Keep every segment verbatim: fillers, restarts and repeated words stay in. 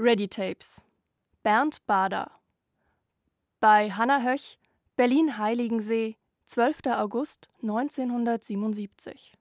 Ready Tapes. Bernd Bader. Bei Hannah Höch, Berlin-Heiligensee, zwölfter August neunzehnhundertsiebenundsiebzig.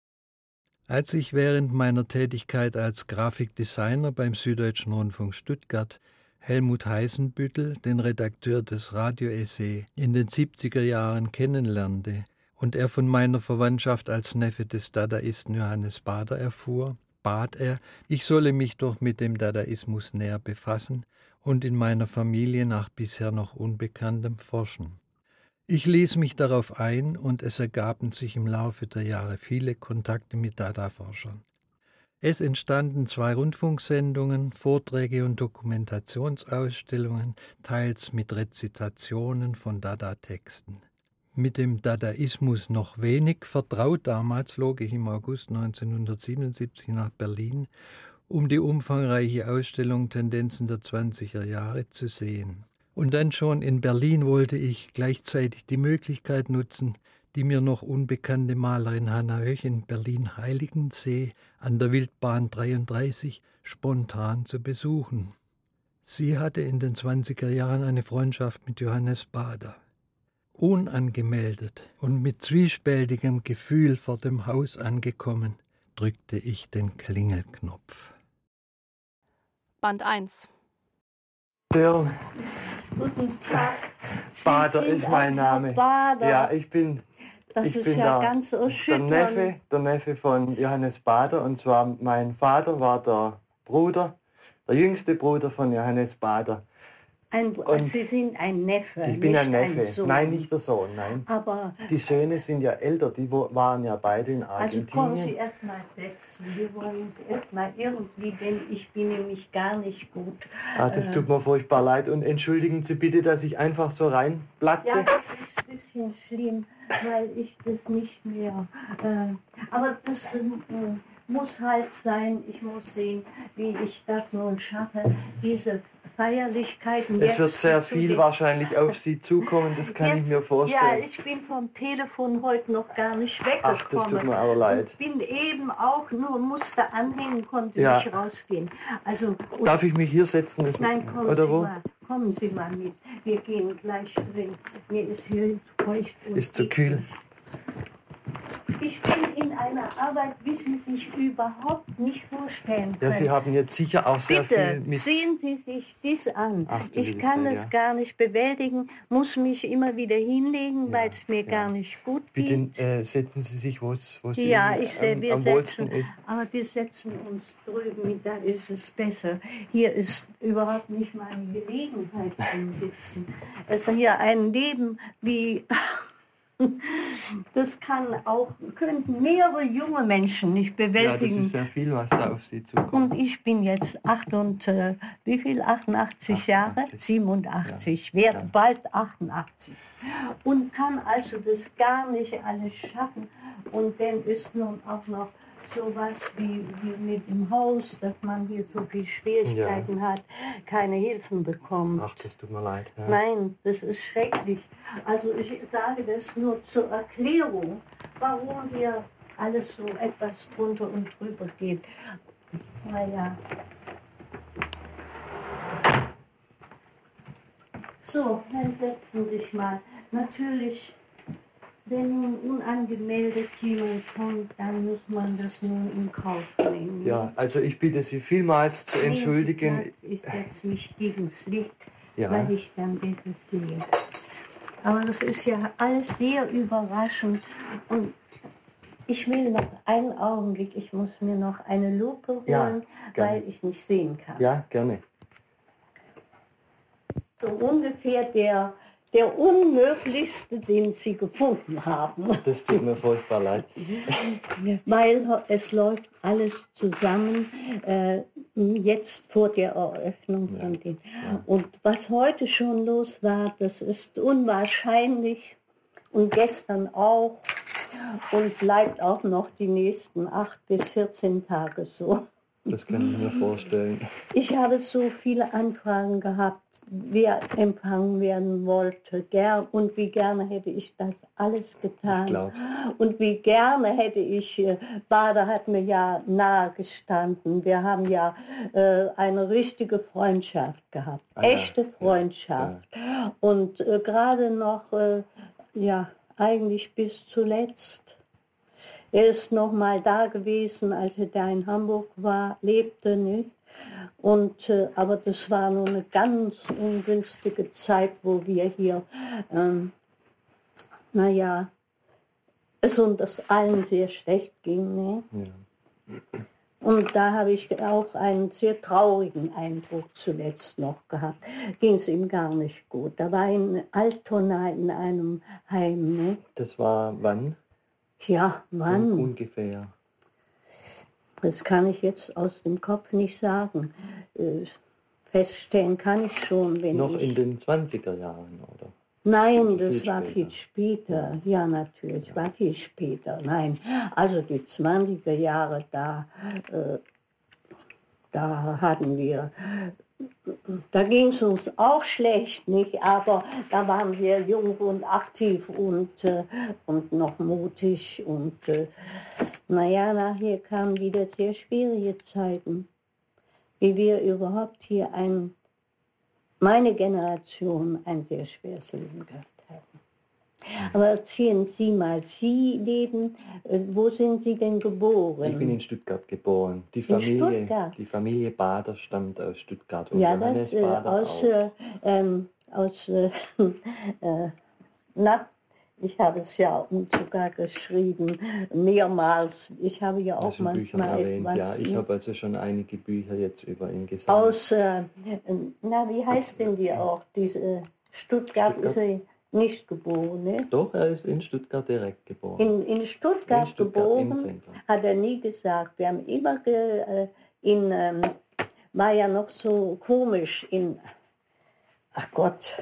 Als ich während meiner Tätigkeit als Grafikdesigner beim Süddeutschen Rundfunk Stuttgart Helmut Heißenbüttel, den Redakteur des Radio-Essai, in den siebziger Jahren kennenlernte und er von meiner Verwandtschaft als Neffe des Dadaisten Johannes Bader erfuhr, bat er, ich solle mich doch mit dem Dadaismus näher befassen und in meiner Familie nach bisher noch Unbekanntem forschen. Ich ließ mich darauf ein und es ergaben sich im Laufe der Jahre viele Kontakte mit Dada-Forschern. Es entstanden zwei Rundfunksendungen, Vorträge und Dokumentationsausstellungen, teils mit Rezitationen von Dada-Texten. Mit dem Dadaismus noch wenig vertraut, damals flog ich im August neunzehnhundertsiebenundsiebzig nach Berlin, um die umfangreiche Ausstellung Tendenzen der zwanziger Jahre zu sehen. Und dann schon in Berlin wollte ich gleichzeitig die Möglichkeit nutzen, die mir noch unbekannte Malerin Hannah Höch in Berlin-Heiligensee an der Wildbahn dreiunddreißig spontan zu besuchen. Sie hatte in den zwanziger Jahren eine Freundschaft mit Johannes Bader. Unangemeldet und mit zwiespältigem Gefühl vor dem Haus angekommen, drückte ich den Klingelknopf. Band eins. Dirl. Guten Tag. Bader ist mein Name. Bader. Ja, ich bin, Das ich ist bin ja der, ganz der, erschütternd. Neffe, der Neffe von Johannes Bader. Und zwar mein Vater war der Bruder, der jüngste Bruder von Johannes Bader. Ein, Und Sie sind ein Neffe, Ich bin nicht ein Neffe. ein Sohn. Nein, nicht der Sohn, nein. Aber Die Söhne sind ja älter, die wo, waren ja beide in also Argentinien. kommen Sie erstmal setzen. Wir wollen uns erstmal irgendwie, denn ich bin nämlich gar nicht gut. Ah, das Äh, tut mir furchtbar leid und entschuldigen Sie bitte, dass ich einfach so reinplatze. Ja, das ist ein bisschen schlimm, weil ich das nicht mehr... Äh, aber das äh, muss halt sein. Ich muss sehen, wie ich das nun schaffe, diese Feierlichkeiten. Es wird sehr zu viel den- wahrscheinlich auf Sie zukommen, das kann ich Jetzt- mir vorstellen. Ja, ich bin vom Telefon heute noch gar nicht weggekommen. Ach, das tut mir aber leid. Und bin eben auch nur, musste anhängen, konnte Ja. nicht rausgehen. Also, und Darf ich mich hier setzen? Das nein, kommen oder Sie wo? mal, kommen Sie mal mit. Wir gehen gleich drin. Mir ist hier feucht und Ist zu eklig. kühl. Ich bin in einer Arbeit, wie Sie sich überhaupt nicht vorstellen Ja, können. Sie haben jetzt sicher auch sehr viel Bitte, mit... sehen Sie sich dies an. Ach, du Ich liebe kann Zeit, es ja. gar nicht bewältigen, muss mich immer wieder hinlegen, Ja, weil es mir ja. gar nicht gut geht. Bitte äh, setzen Sie sich, wo es wo Sie Ja, ich, äh, am, wir am wohlsten setzen, ist. aber wir setzen uns drüben, da ist es besser. Hier ist überhaupt nicht meine Gelegenheit zum Sitzen. Es ist hier ein Leben wie... Das kann auch, könnten mehrere junge Menschen nicht Ja, das bewältigen. ist sehr viel, was da auf Sie zukommt. Und ich bin jetzt acht und, äh, wie viel? achtundachtzig Jahre? achtundachtzig. siebenundachtzig, Ja. werde Ja. bald achtundachtzig. Und kann also das gar nicht alles schaffen. Und dann ist nun auch noch sowas wie, wie mit dem Haus, dass man hier so viel Schwierigkeiten hat, keine Hilfen bekommt. Ach, das tut mir leid. Ja. Nein, das ist schrecklich. Also ich sage das nur zur Erklärung, warum hier alles so etwas drunter und drüber geht. Naja. So, dann setzen Sie sich mal. Natürlich, wenn nun unangemeldet jemand kommt, dann muss man das nun in Kauf nehmen. Ja, also ich bitte Sie vielmals zu Nehmen Sie entschuldigen. Platz, ich setze mich gegen das Licht, Ja. weil ich dann besser sehe. Aber das ist ja alles sehr überraschend. Und ich will noch einen Augenblick, ich muss mir noch eine Lupe holen, Ja, gerne. weil ich nicht sehen kann. Ja, gerne. So ungefähr der, der unmöglichste, den Sie gefunden haben. Das tut mir furchtbar leid. Weil es läuft alles zusammen, äh, jetzt vor der Eröffnung Ja, von den. ja. Und was heute schon los war, das ist unwahrscheinlich und gestern auch und bleibt auch noch die nächsten acht bis vierzehn Tage so. Das kann ich mir vorstellen. Ich habe so viele Anfragen gehabt, wer empfangen werden wollte. Gern, und wie gerne hätte ich das alles getan. Und wie gerne hätte ich, äh, Bader hat mir ja nahe gestanden. Wir haben ja äh, eine richtige Freundschaft gehabt, ah, echte ja. Freundschaft. Ja, ja. Und äh, gerade noch, äh, ja, eigentlich bis zuletzt. Er ist noch mal da gewesen, als er da in Hamburg war, lebte nicht. Und, äh, aber das war nur eine ganz ungünstige Zeit, wo wir hier, ähm, naja, es uns allen sehr schlecht ging. Ne? Ja. Und da habe ich auch einen sehr traurigen Eindruck zuletzt noch gehabt. Ging es ihm gar nicht gut. Da war in Altona in einem Heim. Ne? Das war wann? Ja, wann? Un- ungefähr. Das kann ich jetzt aus dem Kopf nicht sagen. Äh, feststellen kann ich schon, wenn Noch ich... in den zwanziger Jahren, oder? Nein, das viel war später. viel später. Ja, natürlich, ja. war viel später. Nein, also die zwanziger Jahre, da, äh, da hatten wir... Da ging es uns auch schlecht, nicht? Aber da waren wir jung und aktiv und, äh, und noch mutig. Und äh, naja, nachher kamen wieder sehr schwierige Zeiten. Wie wir überhaupt hier ein, meine Generation ein sehr schweres Leben gehabt haben. Aber erzählen Sie mal, Sie leben, äh, wo sind Sie denn geboren? Ich bin in Stuttgart geboren. Die Familie, die Familie Bader stammt aus Stuttgart. Und ja, Johannes das äh, Bader aus, auch. Äh, ähm, aus äh, äh, na, ich habe es ja sogar geschrieben, mehrmals. Ich habe ja auch manchmal erwähnt, etwas... Ja, ich habe also schon einige Bücher jetzt über ihn gesammelt. Aus, äh, na, wie heißt denn die auch? Diese Stuttgart, Stuttgart ist er nicht geboren, ne? Doch, er ist in Stuttgart direkt geboren. In, in, Stuttgart, in Stuttgart geboren, hat er nie gesagt. Wir haben immer ge, äh, in, ähm, war ja noch so komisch in, ach Gott,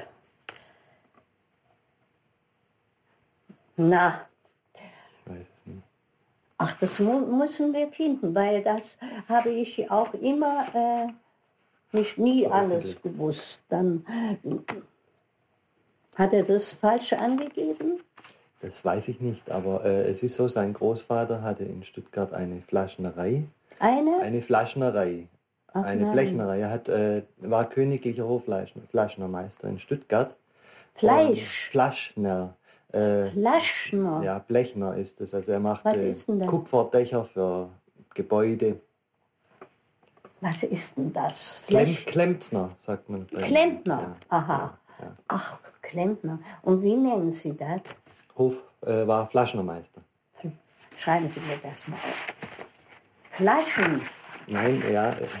na, ich weiß es nicht. Ach, das mu müssen wir finden, weil das habe ich auch immer äh, nicht nie alles gewusst. Dann äh, hat er das Falsche angegeben? Das weiß ich nicht, aber äh, es ist so, sein Großvater hatte in Stuttgart eine Flaschnerei. Eine? Eine Flaschnerei. Ach, eine nein. Blechnerei. Er hat, äh, war königlicher Hofflaschnermeister in Stuttgart. Fleisch? Flaschner. Äh, Flaschner? Ja, Blechner ist es. Also er macht äh, Kupferdächer für Gebäude. Was ist denn das? Klem Klempner, sagt man. Klempner, ja. Aha. Ja, ja. Ach, Klempner. Und wie nennen Sie das? Hof äh, war Flaschnermeister. Schreiben Sie mir das mal auf. Flaschen? Nein, ja. Äh,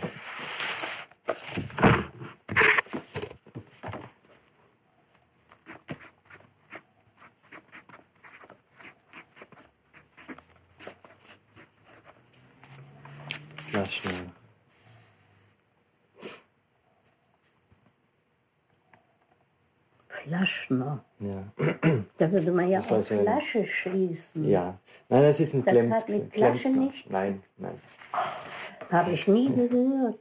Flaschner. Flaschner. Ja. Da würde man ja auch Flasche schließen. Ja. Nein, das ist ein Das Klemm, hat mit Flasche Klempner. nichts. Nein, nein. Habe ich nie gehört.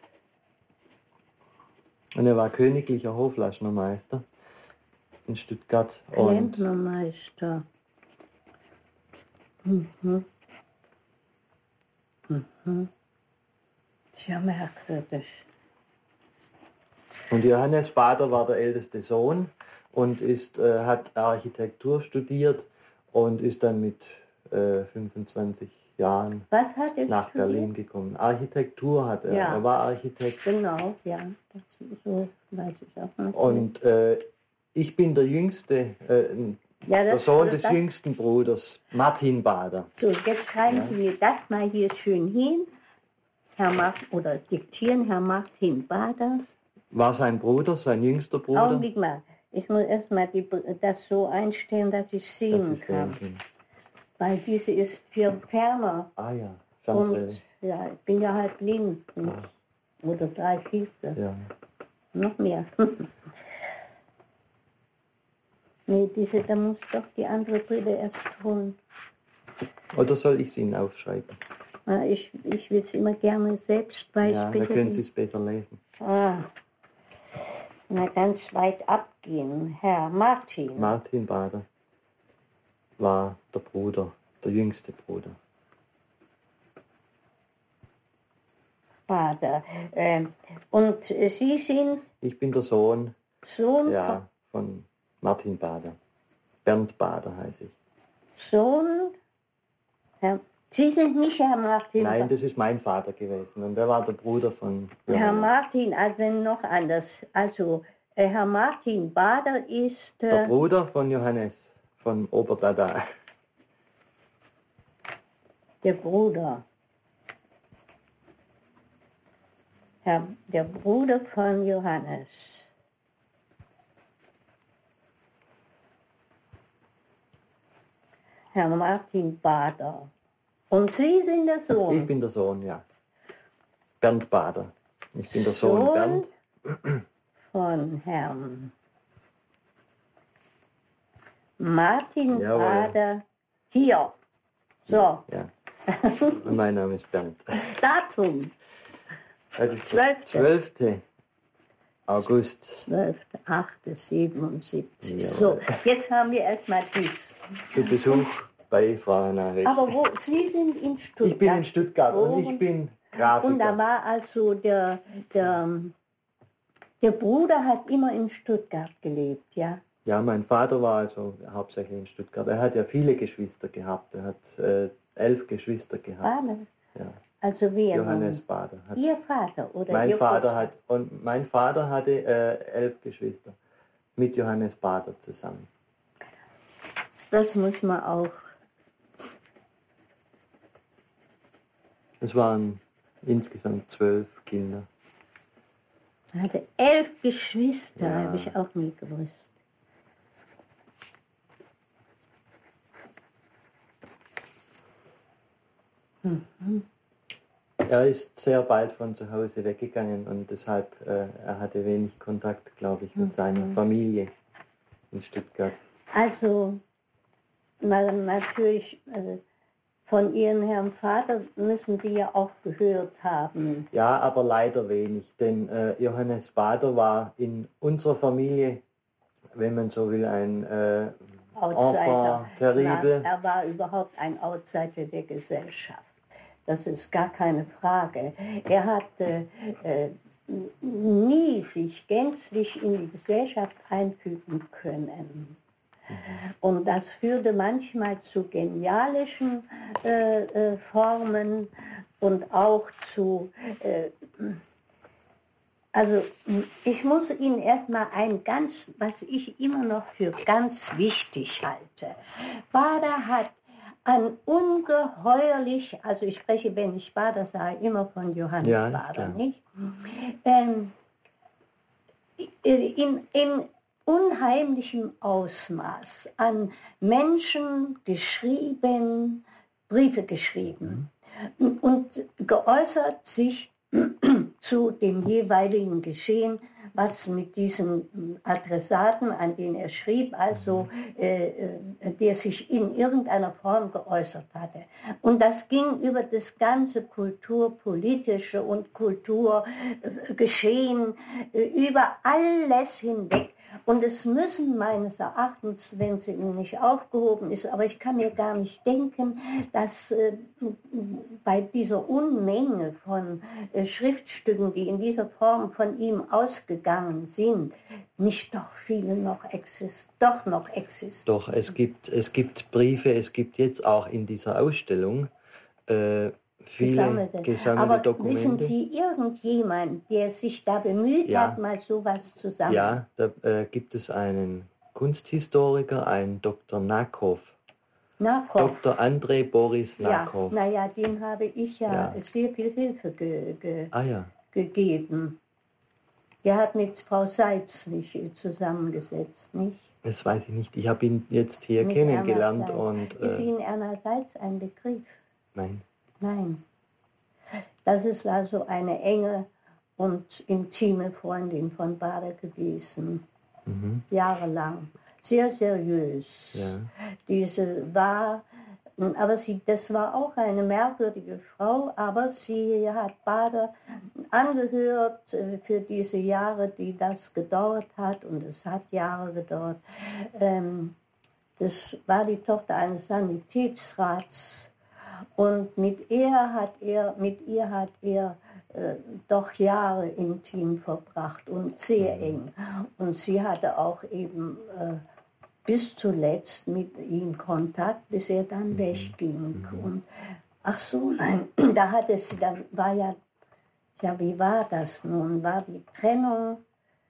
Und er war königlicher Hofflaschnermeister in Stuttgart. Klempnermeister. Mhm. Mhm. Sehr merkwürdig. Und Johannes Bader war der älteste Sohn und ist, äh, hat Architektur studiert und ist dann mit äh, fünfundzwanzig Jahren Was hat er nach studiert? Berlin gekommen. Architektur hat er, Ja. er war Architekt. Genau, ja, das, so weiß ich auch nicht. Und äh, ich bin der jüngste, äh, ja, der Sohn des das. jüngsten Bruders, Martin Bader. So, jetzt schreiben ja. Sie mir das mal hier schön hin, Herr Martin, oder diktieren, Herr Martin Bader. War sein Bruder, sein jüngster Bruder? Augenblick mal, ich muss erstmal das so einstellen, dass ich sehen dass kann. Sehen Weil diese ist für ferner. Ah ja, Fernbrille. Und ja, ich bin ja halb blind. Ja. Oder drei Viertel. Ja. Noch mehr. Nee, diese, da muss doch die andere Brille erst holen. Oder soll ich sie Ihnen aufschreiben? Ja, ich ich will es immer gerne selbst, weil ja, später... dann können Sie es später lesen. Ah. Na, ganz weit abgehen. Herr Martin. Martin Bader war der Bruder, der jüngste Bruder. Bader. Äh, und äh, Sie sind Ich bin der Sohn, Sohn, ja, von Martin Bader. Bernd Bader heiße ich. Sohn, Herr, Sie sind nicht Herr Martin. Nein, das ist mein Vater gewesen und der war der Bruder von Johannes. Herr Martin, also noch anders. Also äh, Herr Martin Bader ist äh, Der Bruder von Johannes, von Oberdada. der Bruder. Herr, der Bruder von Johannes. Herr Martin Bader. Und Sie sind der Sohn? Ich bin der Sohn, ja. Bernd Bader. Ich bin der Sohn, Sohn Bernd. Von Herrn Martin Jawohl. Bader. Hier. So. Ja. Und mein Name ist Bernd. Datum. Das ist Zwölfte. zwölfte August. zwölfter achter siebenundsiebzig. Jawohl. So, jetzt haben wir erstmal dies. Zu Besuch bei Frau Hanna Höch. Aber wo, Sie sind in Stuttgart. Ich bin in Stuttgart und ich geboren. bin Grafiker. Und da war also der, der, der Bruder hat immer in Stuttgart gelebt, ja? Ja, mein Vater war also hauptsächlich in Stuttgart. Er hat ja viele Geschwister gehabt. Er hat äh, elf Geschwister gehabt. Bader. Ja. Also wer? Johannes Bader. Hat, Ihr Vater oder mein Ihr Vater Vater? hat und mein Vater hatte äh, elf Geschwister mit Johannes Bader zusammen. Das muss man auch. Es waren insgesamt zwölf Kinder. Er hatte elf Geschwister, Ja. habe ich auch nie gewusst. Mhm. Er ist sehr bald von zu Hause weggegangen und deshalb, äh, er hatte wenig Kontakt, glaube ich, mit Mhm. seiner Familie in Stuttgart. Also, na, natürlich, also von Ihrem Herrn Vater müssen Sie ja auch gehört haben. Ja, aber leider wenig, denn äh, Johannes Bader war in unserer Familie, wenn man so will, ein äh, Outsider. Enfant terrible. Na, er war überhaupt ein Outsider der Gesellschaft. Das ist gar keine Frage. Er hat äh, äh, nie sich gänzlich in die Gesellschaft einfügen können. Und das führte manchmal zu genialischen äh, äh, Formen und auch zu, äh, also ich muss Ihnen erstmal ein ganz, was ich immer noch für ganz wichtig halte. Bader hat ein ungeheuerlich, also ich spreche, wenn ich Bader sage, immer von Johannes Ja, Bader, klar. nicht? Ähm, in, in unheimlichem Ausmaß an Menschen geschrieben, Briefe geschrieben und geäußert sich zu dem jeweiligen Geschehen, was mit diesem Adressaten, an den er schrieb, also äh, der sich in irgendeiner Form geäußert hatte. Und das ging über das ganze kulturpolitische und Kulturgeschehen, äh, über alles hinweg. Und es müssen meines Erachtens, wenn es Ihnen nicht aufgehoben ist, aber ich kann mir gar nicht denken, dass äh, bei dieser Unmenge von äh, Schriftstücken, die in dieser Form von ihm ausgegangen sind, nicht doch viele noch exist, doch noch existieren. Doch, es gibt, es gibt Briefe, es gibt jetzt auch in dieser Ausstellung äh, viele Gesammelte. gesammelte Aber Dokumente. wissen Sie irgendjemand, der sich da bemüht Ja. hat, mal sowas zu sammeln? Ja, da äh, gibt es einen Kunsthistoriker, einen Doktor Nakow. Nakow. Doktor Andrei Boris Ja, Nakow. naja, dem habe ich ja, Ja. sehr viel Hilfe ge, ge, Ah ja. gegeben. Der hat mit Frau Seitz nicht zusammengesetzt, nicht? Das weiß ich nicht. Ich habe ihn jetzt hier Mit kennengelernt Erna und Seitz. Ist äh, Ihnen Erna Seitz ein Begriff? nein. Nein. Das ist also eine enge und intime Freundin von Bader gewesen. Mhm. Jahrelang. Sehr seriös. Ja. Diese war, aber sie, das war auch eine merkwürdige Frau, aber sie hat Bader angehört äh, für diese Jahre, die das gedauert hat, und es hat Jahre gedauert. Ähm, das war die Tochter eines Sanitätsrats, und mit ihr hat er, mit ihr hat er äh, doch Jahre intim verbracht und sehr eng. Und sie hatte auch eben äh, bis zuletzt mit ihm Kontakt, bis er dann wegging. Und ach so, nein, da hatte sie, dann war ja, ja, wie war das nun? War die Trennung,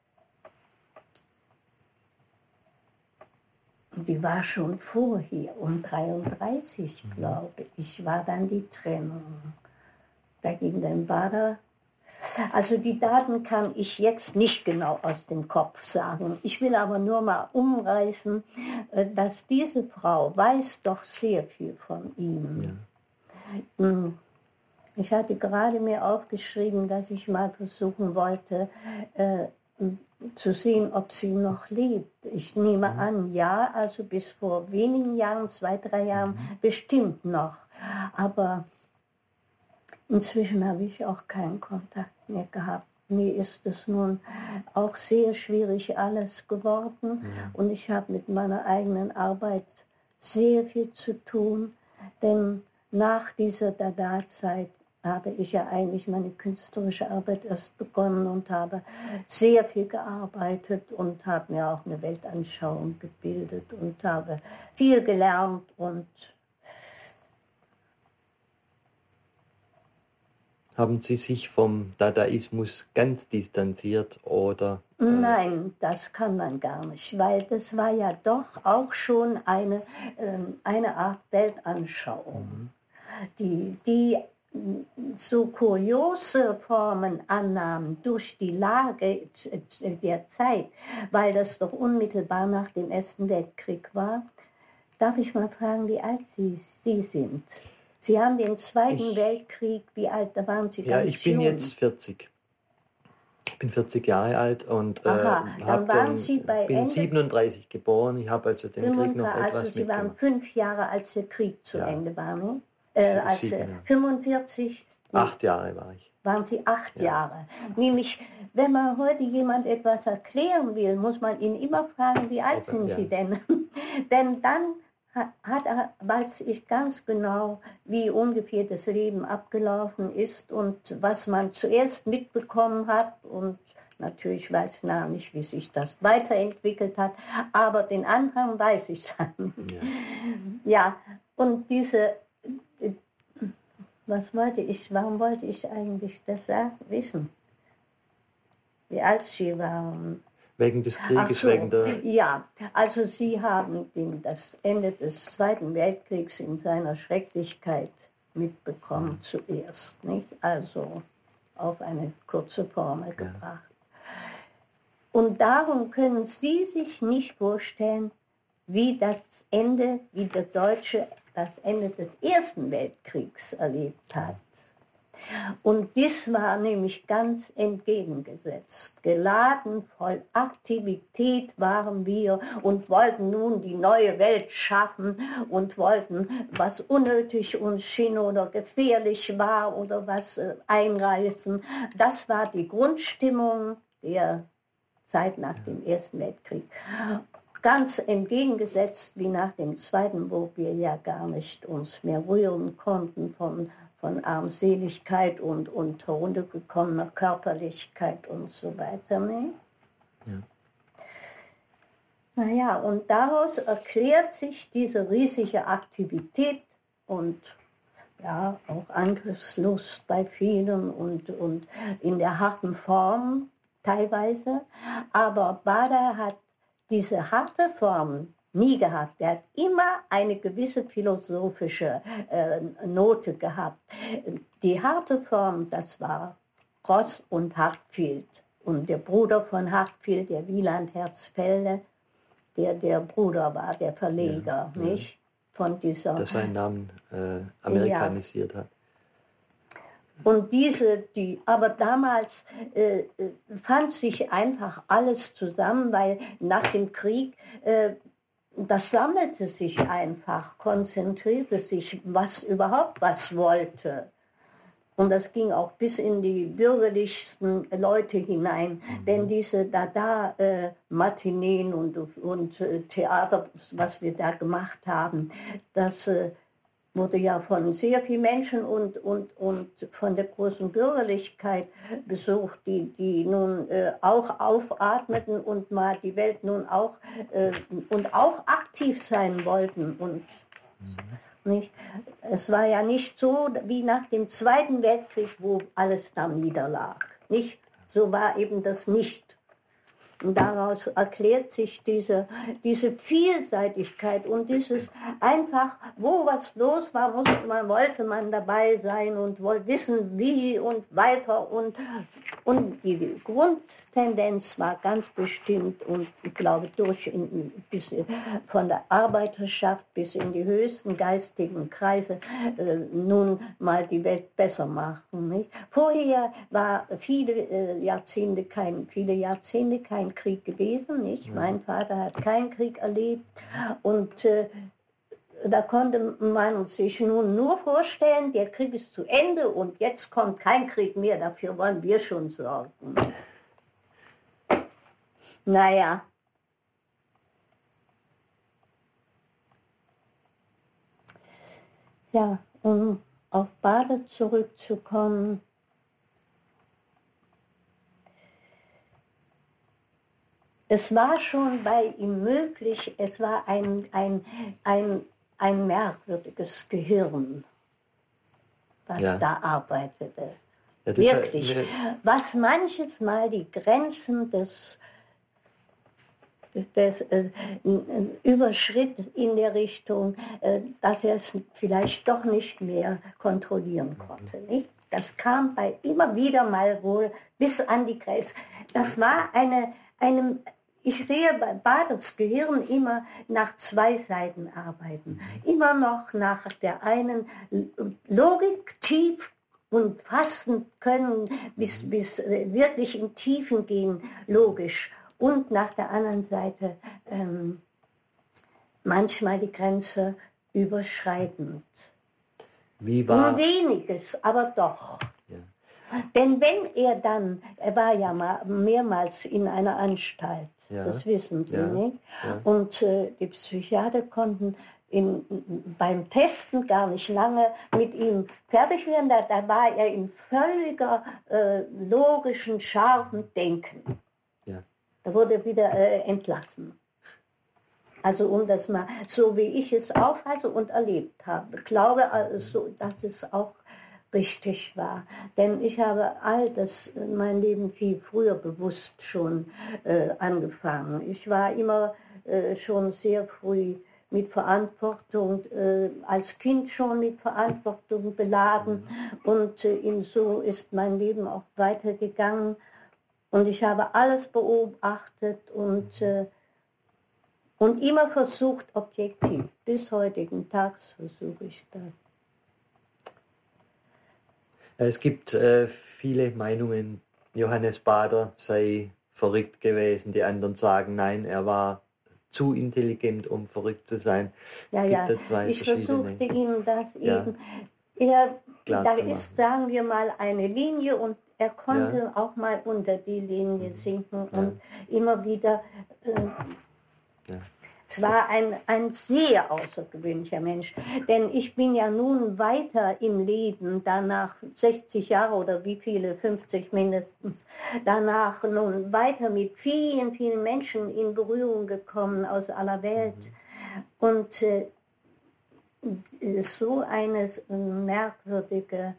die war schon vorher, um dreiunddreißig, glaube ich, war dann die Trennung. Da ging dann Bader. Also die Daten kann ich jetzt nicht genau aus dem Kopf sagen. Ich will aber nur mal umreißen, dass diese Frau weiß doch sehr viel von ihm. Ja. Ich hatte gerade mir aufgeschrieben, dass ich mal versuchen wollte, äh, zu sehen, ob sie noch lebt. Ich nehme mhm. an, ja, also bis vor wenigen Jahren, zwei, drei Jahren, mhm. bestimmt noch. Aber inzwischen habe ich auch keinen Kontakt mehr gehabt. Mir ist es nun auch sehr schwierig alles geworden. Ja. Und ich habe mit meiner eigenen Arbeit sehr viel zu tun. Denn nach dieser Dada-Zeit habe ich ja eigentlich meine künstlerische Arbeit erst begonnen und habe sehr viel gearbeitet und habe mir auch eine Weltanschauung gebildet und habe viel gelernt. Und haben Sie sich vom Dadaismus ganz distanziert oder? Äh Nein, das kann man gar nicht, weil das war ja doch auch schon eine, äh, eine Art Weltanschauung, mhm. die, die so kuriose Formen annahmen durch die Lage der Zeit, weil das doch unmittelbar nach dem Ersten Weltkrieg war. Darf ich mal fragen, wie alt Sie, Sie sind? Sie haben den Zweiten ich, Weltkrieg, wie alt, da waren Sie Ja, ganz ich bin jung. jetzt vierzig. Ich bin vierzig Jahre alt und äh, Aha, dann waren den, Sie bei bin Ende siebenunddreißig geboren. Ich habe also den Krieg noch etwas Also Sie waren mitgemacht. fünf Jahre, als der Krieg zu ja. Ende war, ne? Äh, als Sieben, ja. fünfundvierzig... Acht Jahre war ich. Waren Sie acht ja. Jahre. Nämlich, wenn man heute jemand etwas erklären will, muss man ihn immer fragen, wie alt okay, sind ja. Sie denn? Denn dann hat er, weiß ich ganz genau, wie ungefähr das Leben abgelaufen ist und was man zuerst mitbekommen hat. Und natürlich weiß ich noch nicht, wie sich das weiterentwickelt hat, aber den Anfang weiß ich dann. Ja, ja, und diese... Was wollte ich, warum wollte ich eigentlich das wissen? Wie alt Sie waren? Wegen des Krieges, so, wegen der... Ja, also Sie haben den, das Ende des Zweiten Weltkriegs in seiner Schrecklichkeit mitbekommen mhm. zuerst, nicht? Also auf eine kurze Formel ja. gebracht. Und darum können Sie sich nicht vorstellen, wie das Ende, wie der Deutsche das Ende des Ersten Weltkriegs erlebt hat. Und dies war nämlich ganz entgegengesetzt. Geladen voll Aktivität waren wir und wollten nun die neue Welt schaffen und wollten, was unnötig uns schien oder gefährlich war oder was äh, einreißen. Das war die Grundstimmung der Zeit nach dem Ersten Weltkrieg. Ganz entgegengesetzt wie nach dem Zweiten, wo wir ja gar nicht uns mehr rühren konnten von, von Armseligkeit und, und heruntergekommener Körperlichkeit und so weiter. Ne? Ja. Naja, und daraus erklärt sich diese riesige Aktivität und ja, auch Angriffslust bei vielen und, und in der harten Form teilweise. Aber Bader hat diese harte Form nie gehabt. Er hat immer eine gewisse philosophische äh, Note gehabt. Die harte Form, das war Ross und Hartfield. Und der Bruder von Hartfield, der Wieland Herzfelde, der der Bruder war, der Verleger, ja, nicht? Ja. Von dieser... Der seinen Namen äh, amerikanisiert ja. hat. Und diese, die, aber damals äh, fand sich einfach alles zusammen, weil nach dem Krieg, äh, das sammelte sich einfach, konzentrierte sich, was überhaupt was wollte. Und das ging auch bis in die bürgerlichsten Leute hinein. Mhm. Denn diese Dada-Matineen äh, und, und äh, Theater, was wir da gemacht haben, das äh, wurde ja von sehr vielen Menschen und, und, und von der großen Bürgerlichkeit besucht, die, die nun äh, auch aufatmeten und mal die Welt nun auch äh, und auch aktiv sein wollten. Und nicht? Es war ja nicht so wie nach dem Zweiten Weltkrieg, wo alles dann niederlag. Nicht? So war eben das nicht. Und daraus erklärt sich diese, diese Vielseitigkeit und dieses einfach, wo was los war, musste man, wollte man dabei sein und wollte wissen, wie und weiter. Und, und die Grundtendenz war ganz bestimmt und ich glaube durch in, bis von der Arbeiterschaft bis in die höchsten geistigen Kreise äh, nun mal die Welt besser machen. Nicht? Vorher war viele äh, Jahrzehnte kein, viele Jahrzehnte kein Krieg gewesen, nicht? Ja. Mein Vater hat keinen Krieg erlebt und äh, da konnte man sich nun nur vorstellen, der Krieg ist zu Ende und jetzt kommt kein Krieg mehr, dafür wollen wir schon sorgen. Naja. Ja, um auf Bade zurückzukommen. Es war schon bei ihm möglich, es war ein, ein, ein, ein merkwürdiges Gehirn, was ja. da arbeitete. Ja, wirklich. War, ne, was manches Mal die Grenzen des, des äh, überschritt in der Richtung, äh, dass er es vielleicht doch nicht mehr kontrollieren konnte. Nicht? Das kam bei immer wieder mal wohl bis an die Grenze. Das war eine, eine Ich sehe bei Bades Gehirn immer nach zwei Seiten arbeiten. Immer noch nach der einen Logik tief und fassen können, bis, bis wirklich in Tiefen gehen, logisch. Und nach der anderen Seite ähm, manchmal die Grenze überschreitend. Wie war? Nur weniges, aber doch. Ja. Denn wenn er dann, er war ja mal mehrmals in einer Anstalt, ja. Das wissen Sie, ja. nicht? Ja. Und äh, die Psychiater konnten in, beim Testen gar nicht lange mit ihm fertig werden. Da, da war er in völliger äh, logischen, scharfen Denken. Ja. Da wurde er wieder äh, entlassen. Also um das mal, so wie ich es auffasse und erlebt habe, glaube also, dass es auch richtig war. Denn ich habe all das, mein Leben viel früher bewusst schon äh, angefangen. Ich war immer äh, schon sehr früh mit Verantwortung, äh, als Kind schon mit Verantwortung beladen und äh, so ist mein Leben auch weitergegangen und ich habe alles beobachtet und, äh, und immer versucht, objektiv, bis heutigen Tages versuche ich das. Es gibt äh, viele Meinungen, Johannes Bader sei verrückt gewesen, die anderen sagen, nein, er war zu intelligent, um verrückt zu sein. Ja, ja, ich versuchte ihm das ja. eben, er, da ist, sagen wir mal, eine Linie und er konnte ja. auch mal unter die Linie sinken ja. und immer wieder, äh, ja. es war ein, ein sehr außergewöhnlicher Mensch, denn ich bin ja nun weiter im Leben, danach sechzig Jahre oder wie viele, fünfzig mindestens, danach nun weiter mit vielen, vielen Menschen in Berührung gekommen aus aller Welt. Und äh, so eine merkwürdige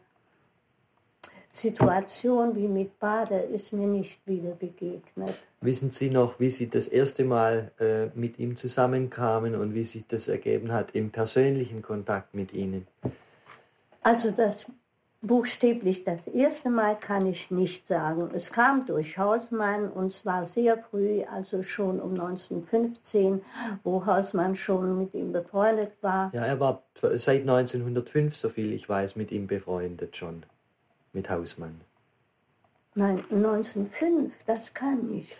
Situation wie mit Bade ist mir nicht wieder begegnet. Wissen Sie noch, wie Sie das erste Mal äh, mit ihm zusammenkamen und wie sich das ergeben hat im persönlichen Kontakt mit Ihnen? Also das buchstäblich das erste Mal kann ich nicht sagen. Es kam durch Hausmann und zwar sehr früh, also schon um neunzehnhundertfünfzehn, wo Hausmann schon mit ihm befreundet war. Ja, er war seit neunzehnhundertfünf, so viel ich weiß, mit ihm befreundet schon, mit Hausmann. Nein, neunzehnhundertfünf, das kann ich.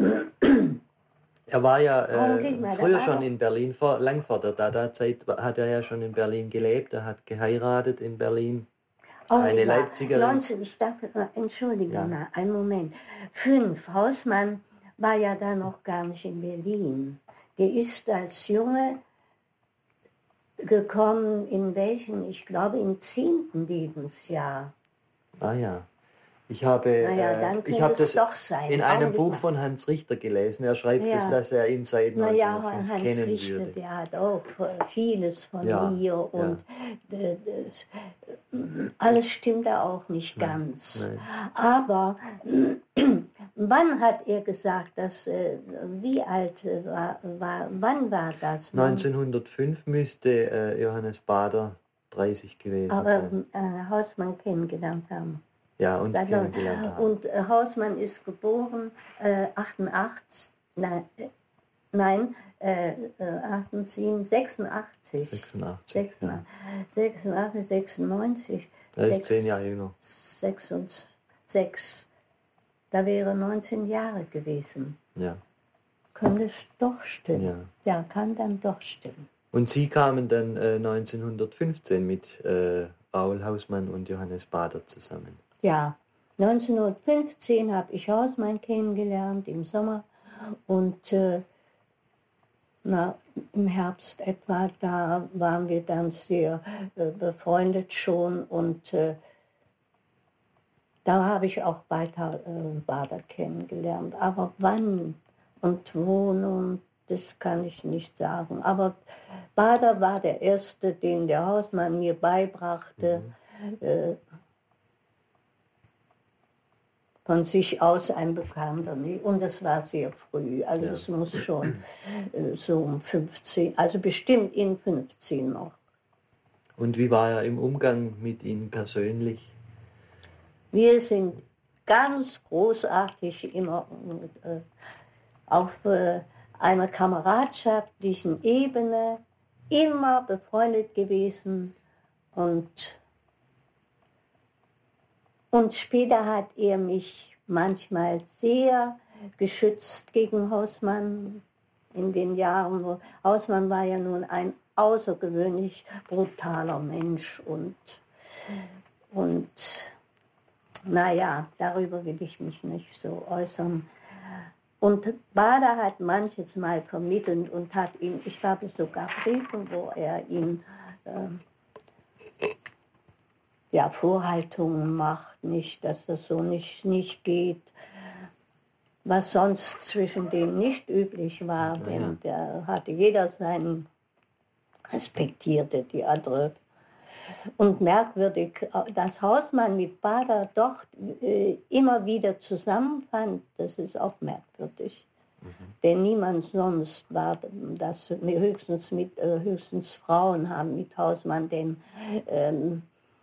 Er war ja äh, mal, früher schon in Berlin, vor, lang vor der Dada-Zeit hat er ja schon in Berlin gelebt, er hat geheiratet in Berlin. Oh, eine ja. Leipzigerin. neunzehn, ich darf, äh, entschuldige Ja. mal, einen Moment. Fünf, Hausmann war ja da noch gar nicht in Berlin. Der ist als Junge gekommen, in welchem, ich glaube, im zehnten Lebensjahr. Ah ja. Ich habe, Naja, äh, dann ich könnte habe es das doch sein. in einem Augenblick Buch mal. von Hans Richter gelesen. Er schreibt, Ja. es, dass er ihn seit Naja, neunzehnhundertfünf Hans kennen Richter, würde. der hat auch äh, vieles von Ja, mir und äh, äh, alles stimmt da auch nicht Nein, ganz. nein. Aber wann hat er gesagt, dass, äh, wie alt äh, war, war, wann war das? neunzehnhundertfünf müsste äh, Johannes Bader dreißig gewesen Aber sein. äh, Hausmann kennengelernt haben. Ja, und Seit kennengelernt haben. Und äh, Hausmann ist geboren äh, achtundachtzig, nein, äh, nein äh, äh, achtundsiebzig, sechsundachtzig. sechsundachtzig. sechsundachtzig, Ja. sechsundachtzig, sechsundneunzig. Er ist zehn Jahre jünger. sechs und sechs. Da wäre neunzehn Jahre gewesen. Ja. Könnte es doch stimmen. Ja. Ja, kann dann doch stimmen. Und Sie kamen dann äh, neunzehnhundertfünfzehn mit äh, Paul Hausmann und Johannes Bader zusammen. Ja, neunzehnhundertfünfzehn habe ich Hausmann kennengelernt im Sommer und äh, na, im Herbst etwa, da waren wir dann sehr äh, befreundet schon und äh, da habe ich auch Walter äh, Bader kennengelernt. Aber wann und wo nun, das kann ich nicht sagen. Aber Bader war der Erste, den der Hausmann mir beibrachte, mhm. äh, von sich aus ein Bekannter. Und das war sehr früh, also Ja. es muss schon äh, so um fünfzehn, also bestimmt in fünfzehn noch. Und wie war er im Umgang mit Ihnen persönlich? Wir sind ganz großartig immer äh, auf äh, einer kameradschaftlichen Ebene immer befreundet gewesen und Und später hat er mich manchmal sehr geschützt gegen Hausmann in den Jahren, wo Hausmann war ja nun ein außergewöhnlich brutaler Mensch und, und naja, darüber will ich mich nicht so äußern. Und Bader hat manches Mal vermittelt und hat ihn, ich habe sogar Briefe, wo er ihn äh, ja, Vorhaltungen macht, nicht, dass das so nicht, nicht geht, was sonst zwischen denen nicht üblich war, ja, denn ja. Der hatte jeder seinen, respektierte die andere. Und merkwürdig, dass Hausmann mit Bader doch äh, immer wieder zusammenfand, das ist auch merkwürdig. Mhm. Denn niemand sonst war das, höchstens, mit, äh, höchstens Frauen haben mit Hausmann den ähm,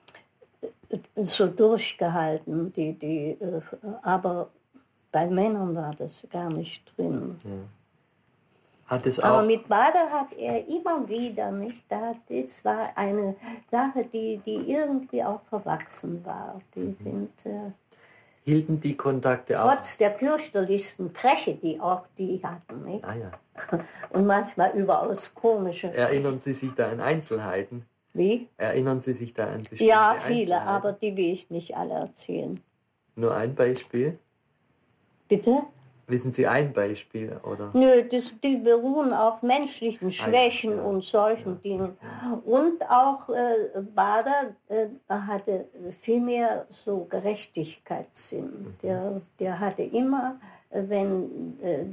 so durchgehalten, die, die, äh, aber bei Männern war das gar nicht drin. Ja. Hat es auch aber mit Bader hat er immer wieder nicht, das war eine Sache, die, die irgendwie auch verwachsen war. Die mhm. sind, äh, hielten die Kontakte auch? Trotz der fürchterlichsten Freche, die auch die hatten. Nicht? Ah, ja. Und manchmal überaus komische. Erinnern Sie sich da an Einzelheiten? Wie? Erinnern Sie sich da an bestimmte Ja, viele, aber die will ich nicht alle erzählen. Nur ein Beispiel? Bitte? Wissen Sie ein Beispiel, oder? Nö, das, die beruhen auf menschlichen Schwächen ah, ja, ja, und solchen ja, Dingen. Ja. Und auch äh, Bader äh, hatte vielmehr so Gerechtigkeitssinn. Mhm. Der, der hatte immer, äh, wenn... Äh,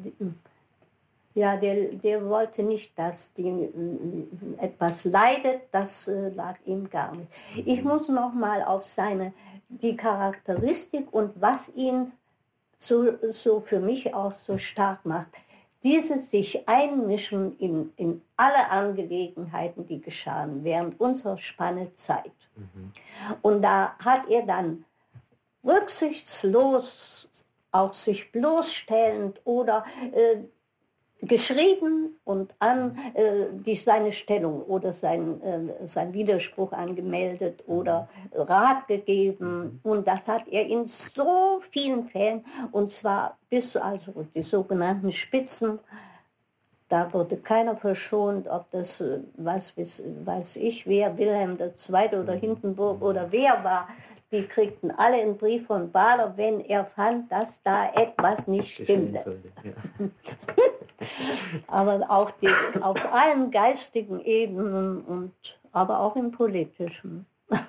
Ja, der, der wollte nicht, dass die äh, etwas leidet, das äh, lag ihm gar nicht. Ich muss noch mal auf seine, die Charakteristik und was ihn so, so für mich auch so stark macht, dieses sich einmischen in, in alle Angelegenheiten, die geschahen während unserer Spanne Zeit. Mhm. Und da hat er dann rücksichtslos, auch sich bloßstellend oder äh, geschrieben und an äh, die, seine Stellung oder sein, äh, sein Widerspruch angemeldet oder Rat gegeben. Und das hat er in so vielen Fällen, und zwar bis also die sogenannten Spitzen, Da wurde keiner verschont, ob das, was weiß ich, wer, Wilhelm der Zweite oder Hindenburg oder wer war. Die kriegten alle einen Brief von Bader, wenn er fand, dass da etwas nicht stimmte. Ja. Aber auch die, auf allen geistigen Ebenen, und, aber auch im politischen.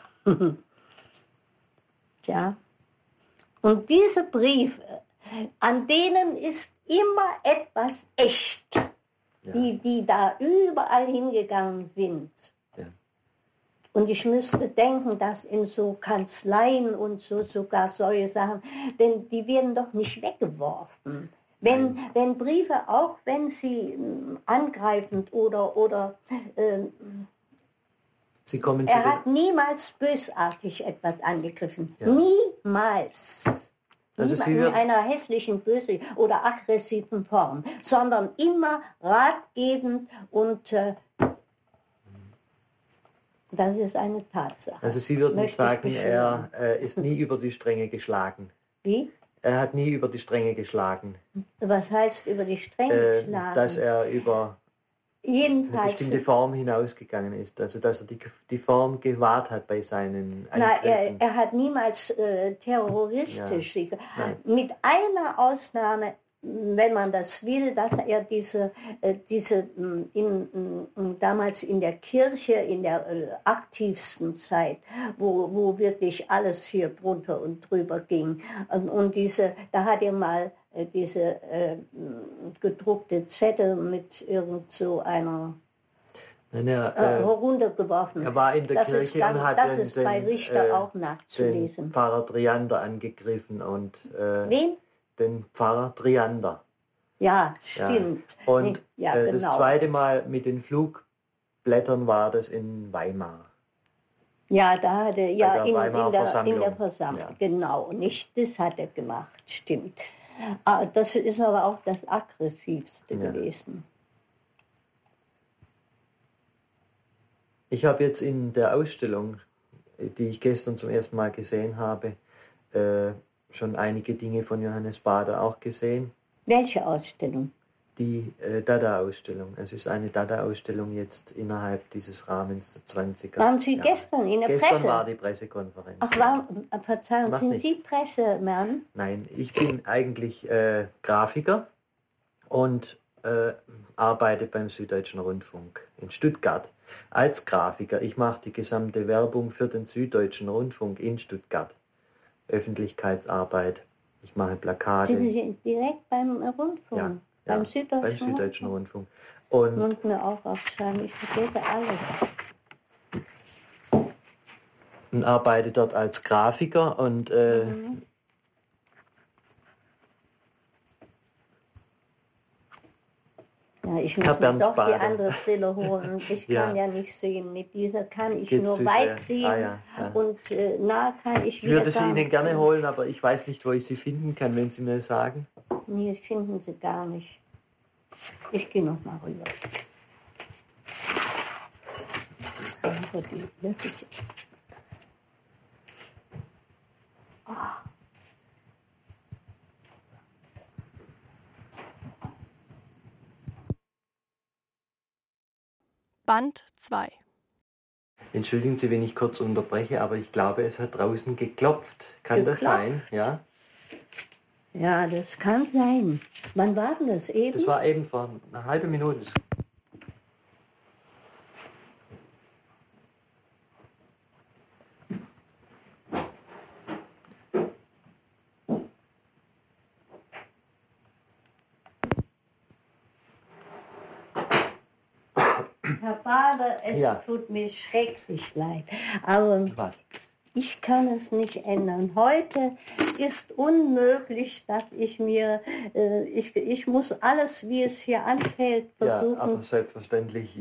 Ja. Und diese Briefe, an denen ist immer etwas echt. Ja. Die, die da überall hingegangen sind. Ja. Und ich müsste denken, dass in so Kanzleien und so sogar solche Sachen, denn die werden doch nicht weggeworfen. Wenn, wenn Briefe, auch wenn sie äh, angreifend oder, oder äh, sie kommen er hat niemals bösartig etwas angegriffen. Ja. Niemals. Also Sie in einer hässlichen, böse oder aggressiven Form, sondern immer ratgebend, und äh, das ist eine Tatsache. Also Sie würden Möchte sagen, er äh, ist nie über die Stränge geschlagen. Wie? Er hat nie über die Stränge geschlagen. Was heißt über die Stränge äh, geschlagen? Dass er über Jedenfalls eine bestimmte Form hinausgegangen ist, also dass er die, die Form gewahrt hat bei seinen Angriffen. Nein, er, er hat niemals äh, terroristisch, ja. Mit einer Ausnahme, wenn man das will, dass er diese, äh, diese in, in, damals in der Kirche, in der äh, aktivsten Zeit, wo, wo wirklich alles hier drunter und drüber ging, und, und diese, da hat er mal diese äh, gedruckte Zettel mit irgend so einer Nein, er, äh, äh, runtergeworfen. Er war in der das Kirche ganz, und hat das den, ist bei den, Richter äh, auch nachzulesen. den Pfarrer Triander angegriffen und äh, wen? Den Pfarrer Triander. Ja, stimmt. Ja. Und ja, äh, genau. das zweite Mal mit den Flugblättern war das in Weimar. Ja, da hat er, ja, in, in, der, Versammlung. in der Versammlung, Ja. Genau, nicht, das hat er gemacht, stimmt. Ah, das ist aber auch das Aggressivste Ja. gewesen. Ich habe jetzt in der Ausstellung, die ich gestern zum ersten Mal gesehen habe, äh, schon einige Dinge von Johannes Bader auch gesehen. Welche Ausstellung? Die äh, Dada-Ausstellung. Es ist eine Dada-Ausstellung jetzt innerhalb dieses Rahmens der zwanziger Waren Sie Jahre. gestern in der gestern Presse? Gestern war die Pressekonferenz. Ach, war, Verzeihung, Macht sind nicht. Sie Pressemann? Nein, ich bin eigentlich äh, Grafiker und äh, arbeite beim Süddeutschen Rundfunk in Stuttgart als Grafiker. Ich mache die gesamte Werbung für den Süddeutschen Rundfunk in Stuttgart. Öffentlichkeitsarbeit. Ich mache Plakate. Sind Sie direkt beim Rundfunk? Ja. Beim Ja, Süddeutschen, beim Süddeutschen Rundfunk. Und, und mir auch aufschreiben, ich vergesse alles. Und arbeite dort als Grafiker und äh, mhm. Ja, ich muss mir doch Bader. die andere Brille holen. Ich kann ja. ja nicht sehen. Mit dieser kann ich Geht's nur weit sehen ah, ja, ja. und äh, nah kann ich wieder Ich würde sie Ihnen gerne sehen. holen, aber ich weiß nicht, wo ich sie finden kann, wenn Sie mir sagen. Nee, finden Sie gar nicht. Ich gehe noch mal rüber. Aber die wirklich. Oh. Band zwei. Entschuldigen Sie, wenn ich kurz unterbreche, aber ich glaube, es hat draußen geklopft. Kann geklopft? Das sein? Ja? Ja, das kann sein. Wann war denn das eben? Das war eben vor einer halben Minute. Herr Bader, es ja. tut mir schrecklich leid, aber Was? ich kann es nicht ändern. Heute ist unmöglich, dass ich mir, äh, ich, ich muss alles, wie es hier anfällt, versuchen. Ja, aber selbstverständlich.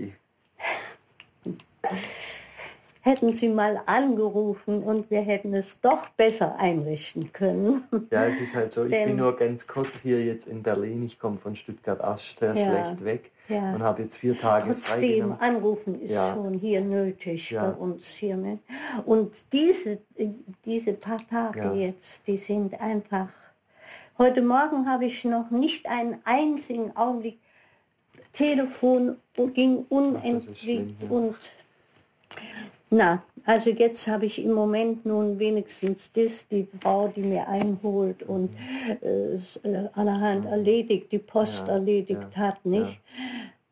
Hätten Sie mal angerufen und wir hätten es doch besser einrichten können. Ja, es ist halt so, ich Denn, bin nur ganz kurz hier jetzt in Berlin. Ich komme von Stuttgart auch sehr ja, schlecht weg ja. und habe jetzt vier Tage Trotzdem, anrufen ist ja. schon hier nötig ja. bei uns hier. Ne? Und diese, diese paar Tage ja. jetzt, die sind einfach... Heute Morgen habe ich noch nicht einen einzigen Augenblick Telefon ging unendlich. Ach, schlimm, ja. Und na, also jetzt habe ich im Moment nun wenigstens das, die Frau, die mir einholt und äh, äh, allerhand erledigt, die Post ja, erledigt ja, hat, nicht? Ja.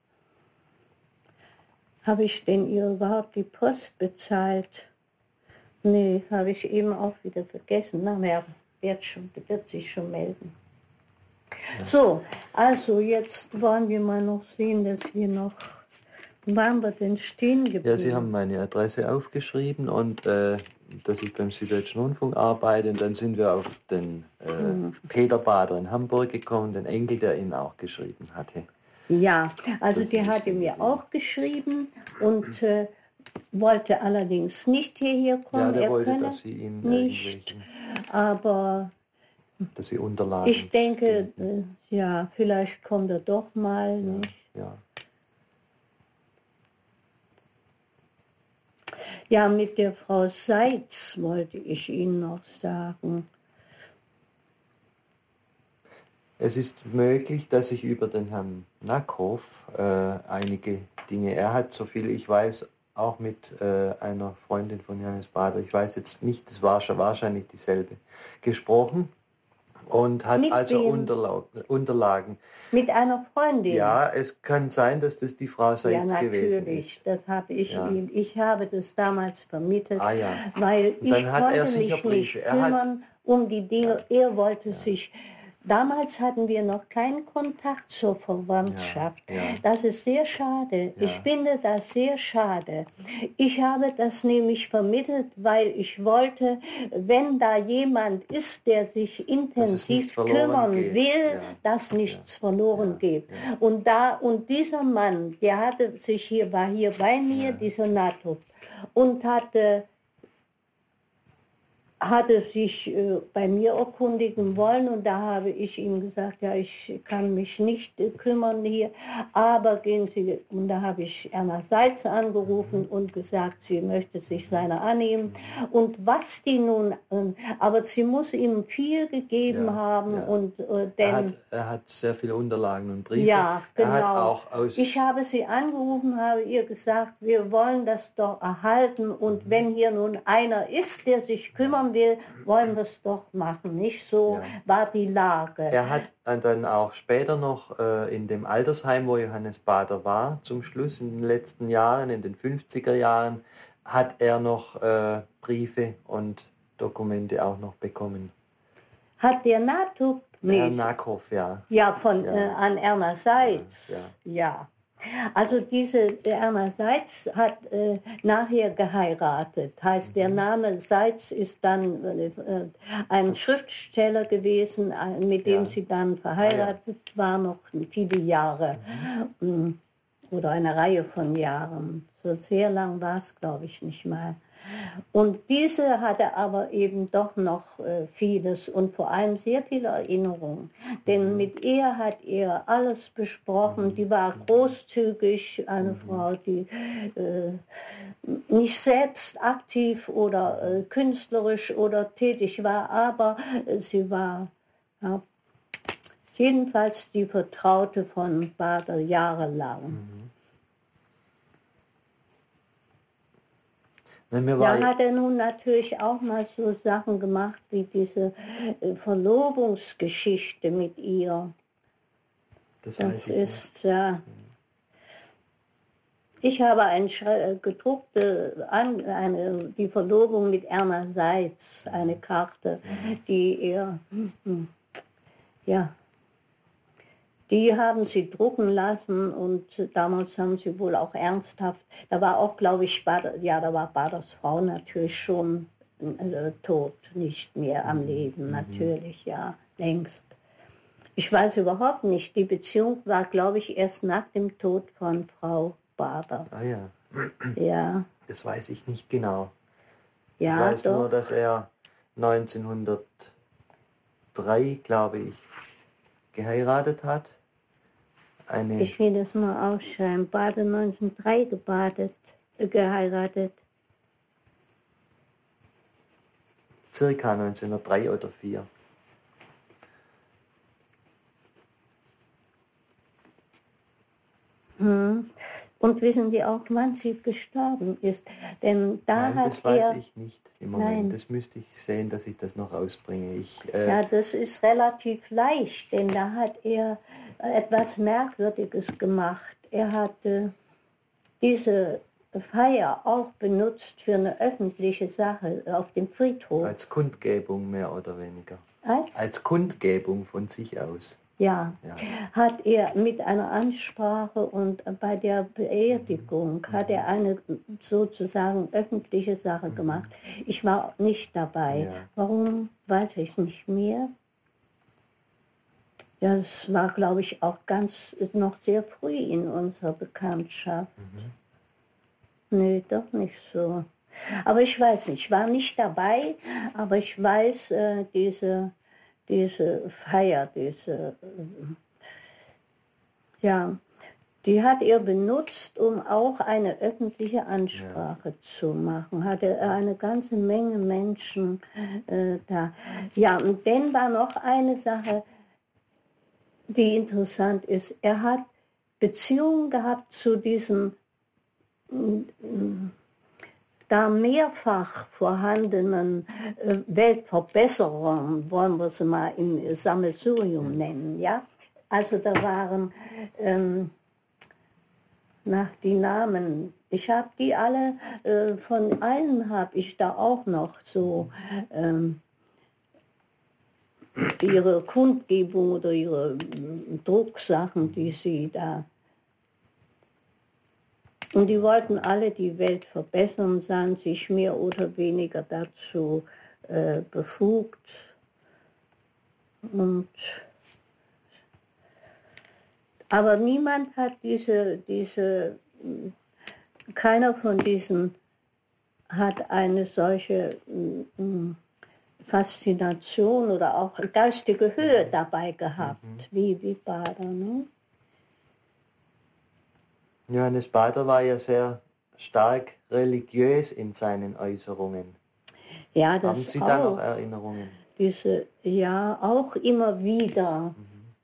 Habe ich denn ihr überhaupt die Post bezahlt? Nee, habe ich eben auch wieder vergessen. Na, wer wird, schon, wird sich schon melden. Ja. So, also jetzt wollen wir mal noch sehen, dass wir noch... Wo waren wir denn stehen geblieben? Ja, Sie haben meine Adresse aufgeschrieben und äh, dass ich beim Süddeutschen Rundfunk arbeite. Und dann sind wir auf den äh, hm. Peter Bader in Hamburg gekommen, den Enkel, der Ihnen auch geschrieben hatte. Ja, also der hatte mir auch geschrieben und äh, wollte allerdings nicht hierher kommen. Ja, der er wollte, dass Sie ihn nicht, aber dass Sie Unterlagen ich denke, äh, ja, vielleicht kommt er doch mal. Ja, nicht? ja. Ja, mit der Frau Seitz wollte ich Ihnen noch sagen. Es ist möglich, dass ich über den Herrn Nackhoff äh, einige Dinge, er hat, so viel ich weiß, auch mit äh, einer Freundin von Johannes Bader, ich weiß jetzt nicht, das war schon wahrscheinlich dieselbe, gesprochen und hat mit also Unterla Unterlagen. Mit einer Freundin? Ja, es kann sein, dass das die Frau Seitz ja, gewesen ist. Ja, natürlich, das habe ich ja. Ihnen, ich habe das damals vermittelt, ah, ja. weil ich konnte mich Briefe. nicht kümmern um die Dinge, ja. er wollte ja. sich... Damals hatten wir noch keinen Kontakt zur Verwandtschaft. Ja, ja. Das ist sehr schade. Ja. Ich finde das sehr schade. Ich habe das nämlich vermittelt, weil ich wollte, wenn da jemand ist, der sich intensiv kümmern geht. will, ja. dass nichts ja. verloren ja. geht. Ja. Und da und dieser Mann, der hatte sich hier war hier bei mir, ja. dieser NATO, und hatte hatte sich äh, bei mir erkundigen wollen und da habe ich ihm gesagt, ja, ich kann mich nicht äh, kümmern hier, aber gehen Sie, und da habe ich Erna Seitz angerufen und gesagt, sie möchte sich seiner annehmen und was die nun, äh, aber sie muss ihm viel gegeben ja, haben ja. und äh, denn... Er hat, er hat sehr viele Unterlagen und Briefe. Ja, genau. Er hat auch aus ich habe sie angerufen, habe ihr gesagt, wir wollen das doch erhalten und mhm. wenn hier nun einer ist, der sich kümmern will, wollen wir es doch machen. Nicht so ja. war die Lage. Er hat dann auch später noch äh, in dem Altersheim, wo Johannes Bader war, zum Schluss in den letzten Jahren, in den fünfziger Jahren, hat er noch äh, Briefe und Dokumente auch noch bekommen. Hat der NATO nicht? Herr Nackhoff, ja. Ja, von ja. Äh, an Erna Seitz. Ja. ja. ja. Also diese Erna Seitz hat äh, nachher geheiratet. Heißt, der Name Seitz ist dann äh, ein Schriftsteller gewesen, äh, mit dem ja. sie dann verheiratet ah, ja. war, noch viele Jahre. Mhm. Oder eine Reihe von Jahren. So sehr lang war es, glaube ich, nicht mal. Und diese hatte aber eben doch noch äh, vieles und vor allem sehr viele Erinnerungen. Denn mit ihr hat er alles besprochen. Die war großzügig, eine Frau, die äh, nicht selbst aktiv oder äh, künstlerisch oder tätig war, aber äh, sie war ja, jedenfalls die Vertraute von Bader jahrelang. Mhm. Da hat er nun natürlich auch mal so Sachen gemacht wie diese äh, Verlobungsgeschichte mit ihr. Das, das ist ja. Äh, ich habe ein äh, gedruckte an, eine, die Verlobung mit Erna Seitz, eine Karte, die er ja. Die haben sie drucken lassen und damals haben sie wohl auch ernsthaft, da war auch, glaube ich, Bader, ja, da war Baders Frau natürlich schon äh, tot, nicht mehr am Leben, mhm. natürlich, ja, längst. Ich weiß überhaupt nicht, die Beziehung war, glaube ich, erst nach dem Tod von Frau Bader. Ah ja. Ja. Das weiß ich nicht genau. Ja, ich weiß doch. nur, dass er neunzehnhundertdrei, glaube ich, geheiratet hat. Eine ich will das mal aufschreiben. Bader neunzehnhundertdrei gebadet, äh, geheiratet. Circa neunzehnhundertdrei oder vier. Hm. Und wissen Sie auch, wann sie gestorben ist? Denn da Nein, hat das weiß er, ich nicht im Moment. Nein. Das müsste ich sehen, dass ich das noch ausbringe. Ich, äh, Ja, das ist relativ leicht, denn da hat er etwas Merkwürdiges gemacht. Er hatte diese Feier auch benutzt für eine öffentliche Sache auf dem Friedhof. als Kundgebung mehr oder weniger. Als? Als Kundgebung von sich aus. Ja, Ja. hat er mit einer Ansprache und bei der Beerdigung Mhm. hat er eine sozusagen öffentliche Sache Mhm. gemacht. Ich war nicht dabei. Ja. Warum, weiß ich nicht mehr. Ja, es war, glaube ich, auch ganz noch sehr früh in unserer Bekanntschaft. Mhm. Nee, doch nicht so. Aber ich weiß nicht, ich war nicht dabei, aber ich weiß, äh, diese, diese Feier, diese, äh, ja, die hat er benutzt, um auch eine öffentliche Ansprache ja. zu machen. Hatte er eine ganze Menge Menschen äh, da. Ja, und dann war noch eine Sache, die interessant ist. Er hat Beziehungen gehabt zu diesen da mehrfach vorhandenen äh, Weltverbesserern, wollen wir sie mal im Sammelsurium nennen. Ja? Also da waren, ähm, nach die Namen, ich habe die alle, äh, von allen habe ich da auch noch so ähm, ihre Kundgebung oder ihre äh, Drucksachen, die sie da. Und die wollten alle die Welt verbessern, sahen sich mehr oder weniger dazu äh, befugt. Und aber niemand hat diese, diese, keiner von diesen hat eine solche äh, Faszination oder auch geistige Höhe dabei gehabt, mhm. wie, wie Bader. Ne? Johannes Bader war ja sehr stark religiös in seinen Äußerungen. Ja, das Haben Sie auch. da noch Erinnerungen? Diese, ja, auch immer wieder. Mhm.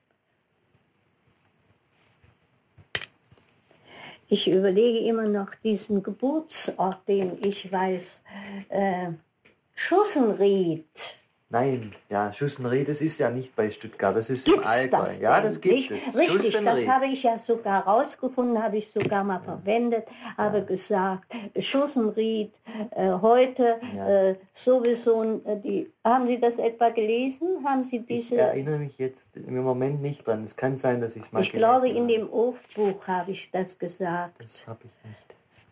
Ich überlege immer noch diesen Geburtsort, den ich weiß, äh, Schussenried. Nein, ja, Schussenried, das ist ja nicht bei Stuttgart, das ist Gibt's im Allgäu. Das ja, denn? das gibt Nicht? es. Richtig, das habe ich ja sogar rausgefunden, habe ich sogar mal ja. verwendet, habe ja. gesagt, Schussenried, äh, heute ja. äh, sowieso, äh, die, haben Sie das etwa gelesen? Haben Sie diese? Ich erinnere mich jetzt im Moment nicht dran, es kann sein, dass ich es mal Ich glaube, in habe. dem Ofbuch habe ich das gesagt. Das habe ich nicht.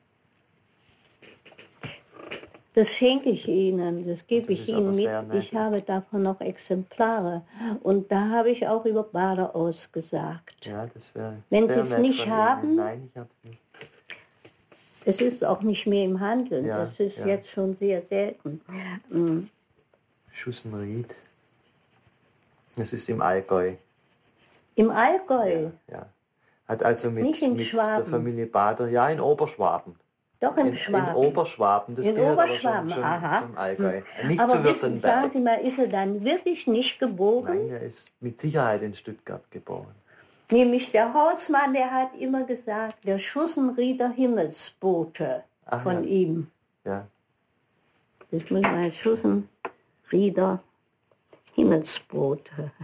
Das schenke ich Ihnen, das gebe das ich Ihnen mit. Ich habe davon noch Exemplare. Und da habe ich auch über Bader ausgesagt. Ja, das wäre Wenn Sie es nicht haben, Ihnen. Nein, ich habe es nicht. Es ist auch nicht mehr im Handel. Ja, es ist ja. jetzt schon sehr selten. Mhm. Schussenried. Das ist im Allgäu. Im Allgäu? Ja. ja. Hat also mit, nicht in mit Schwaben. der Familie Bader, ja, in Oberschwaben. Doch in, in Schwaben. In Oberschwaben, das in gehört Oberschwaben. aber schon, schon Aha. zum Allgäu. Nicht aber zu Württemberg. Sagen Sie mal, ist er dann wirklich nicht geboren? Nein, er ist mit Sicherheit in Stuttgart geboren. Nämlich der Hausmann, der hat immer gesagt, der Schussenrieder Himmelsbote Ach, von ja. ihm. Ja. Das muss man Schussenrieder Himmelsbote.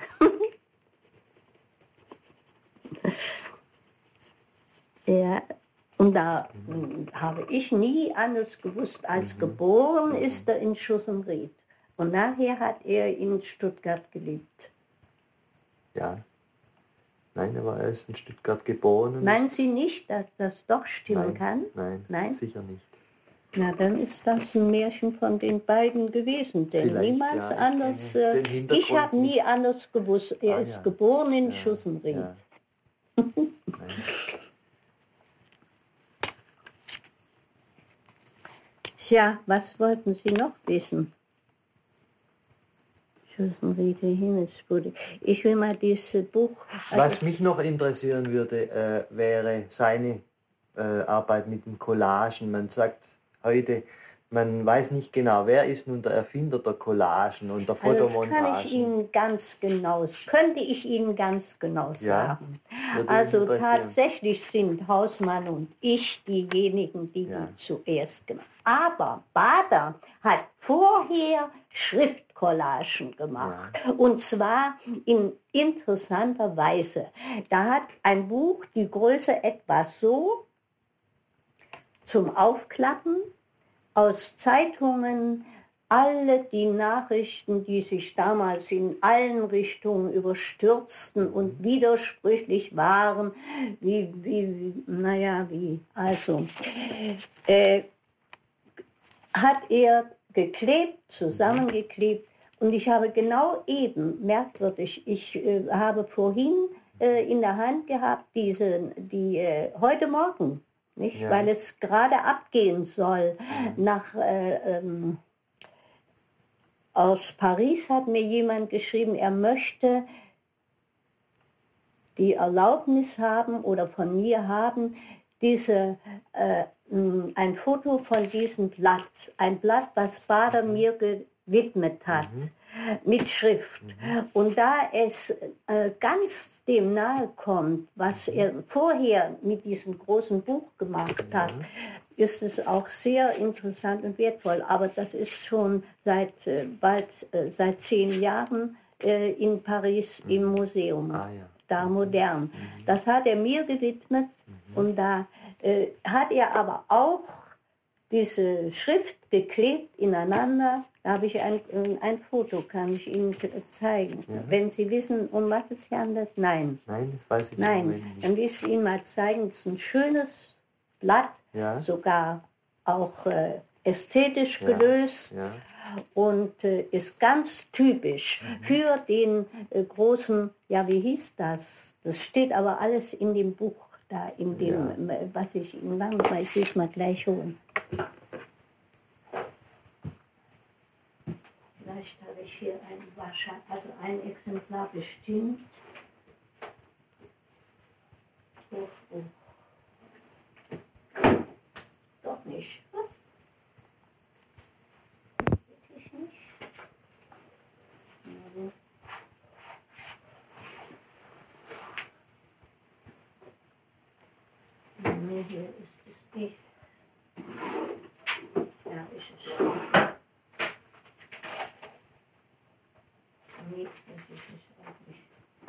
ja. Und da mhm. habe ich nie anders gewusst, als mhm. geboren mhm. ist er in Schussenried. Und nachher hat er in Stuttgart gelebt. Ja. Nein, er war erst in Stuttgart geboren. Meinen Sie nicht, dass das doch stimmen nein, kann? Nein, nein, sicher nicht. Na, dann ist das ein Märchen von den beiden gewesen, denn Vielleicht, niemals ja, anders. Äh, ich habe nie anders gewusst. Er ah, ist ja. geboren in ja, Schussenried. Ja. Tja, was wollten Sie noch wissen? Schussenriede Himmelsbude. Ich will mal dieses Buch... Also was mich noch interessieren würde, äh, wäre seine äh, Arbeit mit den Collagen. Man sagt heute, man weiß nicht genau, wer ist nun der Erfinder der Collagen und der Also das Fotomontagen. kann ich Ihnen ganz genau, könnte ich Ihnen ganz genau sagen. Würde Also mich interessieren. tatsächlich sind Hausmann und ich diejenigen, die Ja. die zuerst gemacht haben. Aber Bader hat vorher Schriftcollagen gemacht. Und zwar in interessanter Weise. Da hat ein Buch die Größe etwa so zum Aufklappen aus Zeitungen alle die Nachrichten, die sich damals in allen Richtungen überstürzten und widersprüchlich waren, wie, wie, wie naja, wie, also, äh, hat er geklebt, zusammengeklebt. Und ich habe genau eben, merkwürdig, ich äh, habe vorhin äh, in der Hand gehabt, diese, die äh, heute Morgen, nicht? Ja. Weil es gerade abgehen soll nach... Äh, ähm, aus Paris hat mir jemand geschrieben, er möchte die Erlaubnis haben oder von mir haben, diese, äh, ein Foto von diesem Blatt, ein Blatt, was Bader mhm. mir gewidmet hat, mhm. mit Schrift. Mhm. Und da es äh, ganz dem nahe kommt, was mhm. er vorher mit diesem großen Buch gemacht hat, mhm. ist es auch sehr interessant und wertvoll. Aber das ist schon seit äh, bald äh, seit zehn Jahren äh, in Paris mhm. im Museum, ah, ja. da mhm. modern. Mhm. Das hat er mir gewidmet mhm. und da äh, hat er aber auch diese Schrift geklebt ineinander. Da habe ich ein, ein Foto, kann ich Ihnen zeigen. Ja. Wenn Sie wissen, um was es sich handelt, nein. Nein, das weiß ich Nein. nicht. Dann will ich Ihnen mal zeigen, es ist ein schönes Blatt, ja. sogar auch äh, ästhetisch gelöst ja. Ja. und äh, ist ganz typisch mhm. für den äh, großen, ja wie hieß das? Das steht aber alles in dem Buch da, in dem, ja. was ich Ihnen machen mal, ich will es mal gleich holen. Vielleicht habe ich hier ein, wahrscheinlich, also ein Exemplar bestimmt. Oh, oh. Doch nicht. Wirklich nicht. Also. Nee, hier ist es nicht. Ja, ist es schon. Nee, das ist es auch nicht.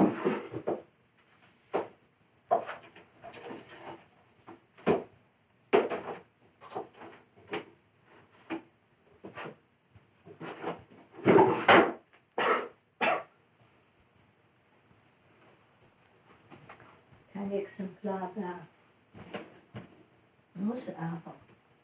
Kein Exemplar da. Muss aber.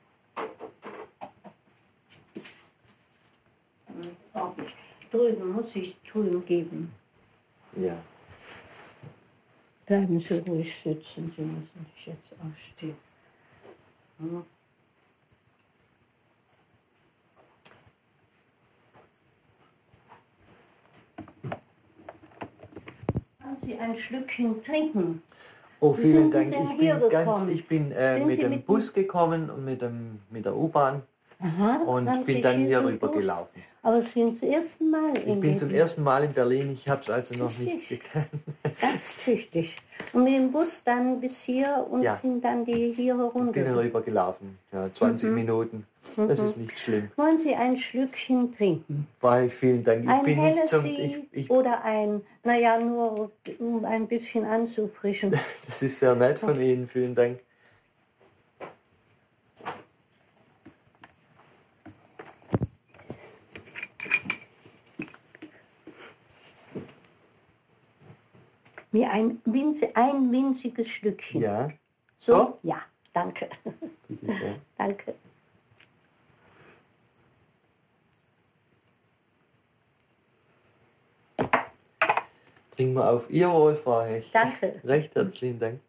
Auch nicht. Drüben muss ich drüben geben. Ja. Bleiben Sie ruhig sitzen, Sie müssen nicht jetzt aufstehen. Ja. Haben Sie ein Schlückchen trinken? Oh, vielen Dank. Ich bin, ganz, ich bin äh, mit dem mit Bus gekommen und mit, dem, mit der U-Bahn und bin dann hier rüber gelaufen. Aber Sie sind zum ersten Mal in Ich bin zum ersten Mal in Berlin, ich habe es also noch nicht gekannt. Ganz tüchtig. Und mit dem Bus dann bis hier und ja. sind dann die hier herunter? Ich bin herüber gelaufen, ja, zwanzig mhm. Minuten. Das mhm. ist nicht schlimm. Wollen Sie ein Schlückchen trinken? War ich, vielen Dank. Ich ein bin nicht zum, ich, ich, oder ein, naja, nur um ein bisschen anzufrischen. Das ist sehr nett von Ihnen, vielen Dank. Wie ein, winzig, ein winziges Stückchen. Ja. So? so? Ja, danke. Danke. Trinken wir auf Ihr Wohl, Frau Hecht. Danke. Recht herzlichen Dank.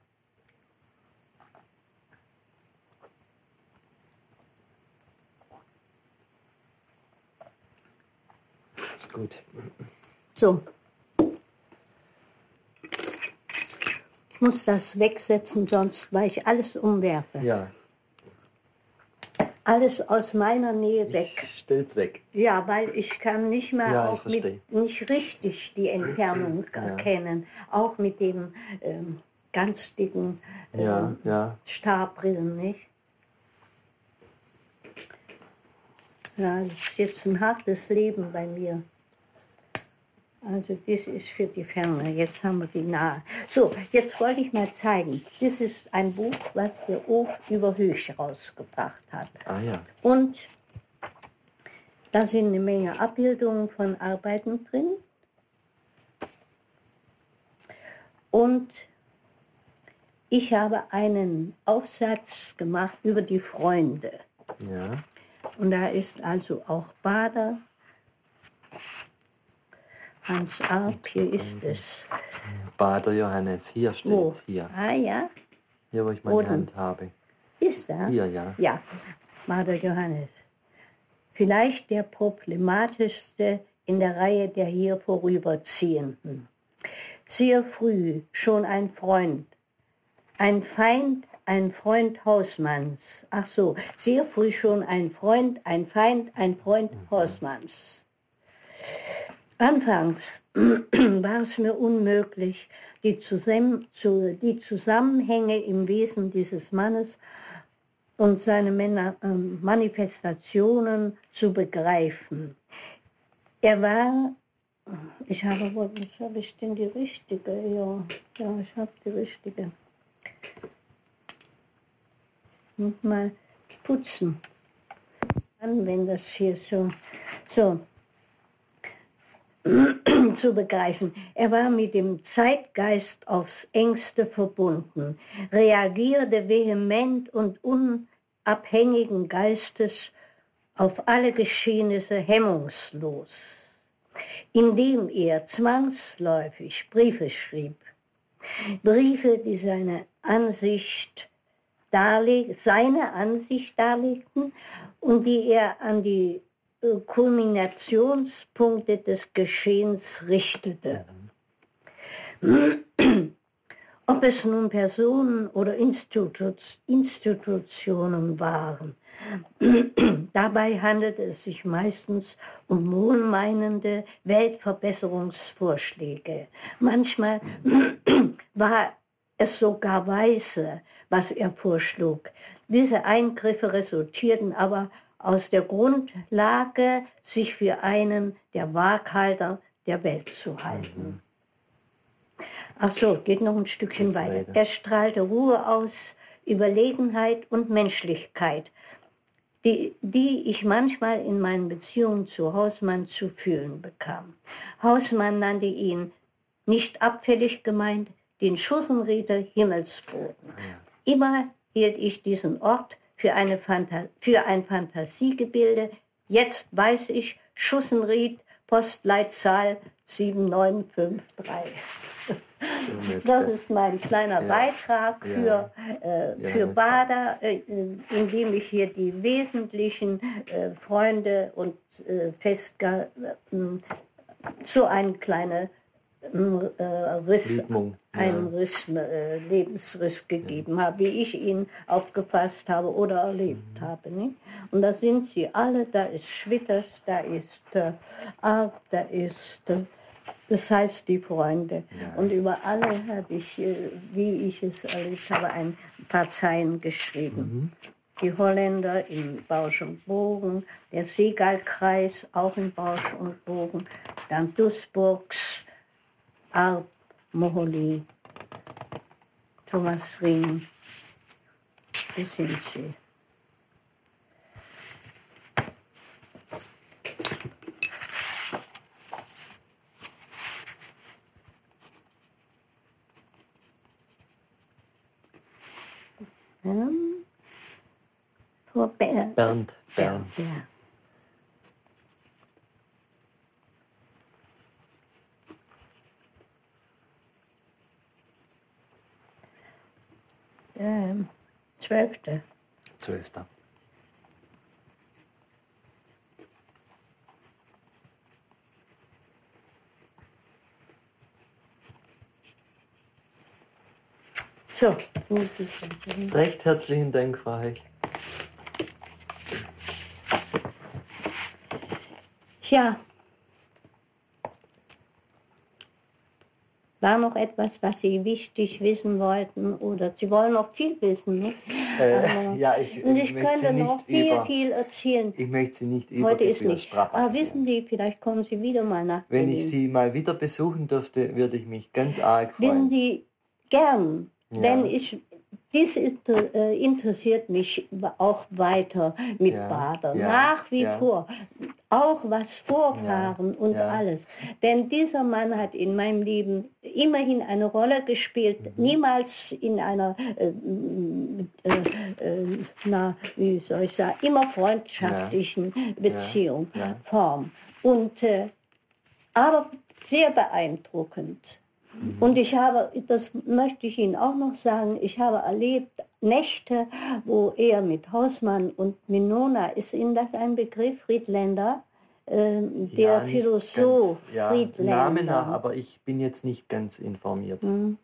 Das ist gut. So. Ich muss das wegsetzen, sonst weil ich alles umwerfe. Ja. alles aus meiner Nähe weg. Ich stell's weg. Ja, weil ich kann nicht mehr Ja, auch mit, nicht richtig die Entfernung Ja. erkennen. Auch mit dem ähm, ganz dicken ähm, Ja, ja. Starbrillen, nicht? Ja, das ist jetzt ein hartes Leben bei mir. Also das ist für die Ferne, jetzt haben wir die nahe. So, jetzt wollte ich mal zeigen. Das ist ein Buch, was der Of über Hüch rausgebracht hat. Ah ja. Und da sind eine Menge Abbildungen von Arbeiten drin. Und ich habe einen Aufsatz gemacht über die Freunde. Ja. Und da ist also auch Bader, Hans Arp, hier ist es. Bader Johannes, hier steht Wo? es, hier. Ah ja, Hier, wo ich meine Wo denn? Hand habe. ist er? Hier, ja. Ja, Bader Johannes. Vielleicht der problematischste in der Reihe der hier Vorüberziehenden. Sehr früh schon ein Freund, ein Feind, ein Freund Hausmanns. Ach so, sehr früh schon ein Freund, ein Feind, ein Freund Hausmanns. Anfangs war es mir unmöglich, die, Zusamm zu, die Zusammenhänge im Wesen dieses Mannes und seine Männer, äh, Manifestationen zu begreifen. Er war, ich habe, was habe ich denn die richtige? Ja, ja, ich habe die richtige. Und mal putzen. An, wenn das hier so, so zu begreifen. Er war mit dem Zeitgeist aufs engste verbunden, reagierte vehement und unabhängigen Geistes auf alle Geschehnisse hemmungslos, indem er zwangsläufig Briefe schrieb. Briefe, die seine Ansicht darleg- seine Ansicht darlegten und die er an die Kulminationspunkte des Geschehens richtete. Ob es nun Personen oder Institu- Institutionen waren. Dabei handelte es sich meistens um wohlmeinende Weltverbesserungsvorschläge. Manchmal war es sogar weise, was er vorschlug. Diese Eingriffe resultierten aber aus der Grundlage, sich für einen der Waghalter der Welt zu halten. Ach so, geht noch ein Stückchen weiter. weiter. Er strahlte Ruhe aus, Überlegenheit und Menschlichkeit, die, die ich manchmal in meinen Beziehungen zu Hausmann zu fühlen bekam. Hausmann nannte ihn, nicht abfällig gemeint, den Schussenrieder Himmelsboden. Immer hielt ich diesen Ort für, eine Phanta- für ein Fantasiegebilde. Jetzt weiß ich, Schussenried, Postleitzahl sieben neun fünf drei. Das ist mein kleiner ja. Beitrag für, ja. äh, für ja, Bader, äh, indem ich hier die wesentlichen äh, Freunde und äh, festge äh, so ein kleiner äh, Riss, einen ja. Riss, äh, Lebensriss gegeben ja. habe, wie ich ihn aufgefasst habe oder erlebt mhm. habe. Nicht? Und da sind sie alle, da ist Schwitters, da ist äh, Arp, da ist, äh, das heißt die Freunde. Ja. Und über alle habe ich, äh, wie ich es erlebt habe, ein paar Zeilen geschrieben. Mhm. Die Holländer in Bausch und Bogen, der Seegalkreis auch in Bausch und Bogen, dann Duisburgs, Arp, Moholy, Thomas Ring, wie sind sie? Ähm, vor Bernd. Bernd, Bernd. Ja. Ähm, Zwölfte. Zwölfter. So, recht herzlichen Dank, Frau Heich. Tja, war noch etwas, was Sie wichtig wissen wollten? Oder Sie wollen noch viel wissen, nicht? Äh, ja, ich, und ich ich möchte könnte Sie nicht noch viel, über, viel erzählen. Ich möchte Sie nicht über Heute ist nicht. Aber strapazieren. wissen Sie, vielleicht kommen Sie wieder mal nach Wenn Berlin. ich Sie mal wieder besuchen dürfte, würde ich mich ganz arg freuen. Wissen Sie, gern. Ja. Denn ich, dies ist, äh, interessiert mich auch weiter mit Ja, Bader. ja, Nach wie ja. vor. Auch was Vorfahren Ja, und ja. alles. Denn dieser Mann hat in meinem Leben immerhin eine Rolle gespielt. Mhm. Niemals in einer, äh, äh, äh, na, wie soll ich sagen, immer freundschaftlichen Ja, Beziehung, ja. Form. Und, äh, aber sehr beeindruckend. Und ich habe, das möchte ich Ihnen auch noch sagen, ich habe erlebt Nächte, wo er mit Hausmann und Minona, ist Ihnen das ein Begriff, Friedländer? Äh, der Ja, nicht Philosoph ganz, ja, Friedländer. Namen nach, aber ich bin jetzt nicht ganz informiert. Hm.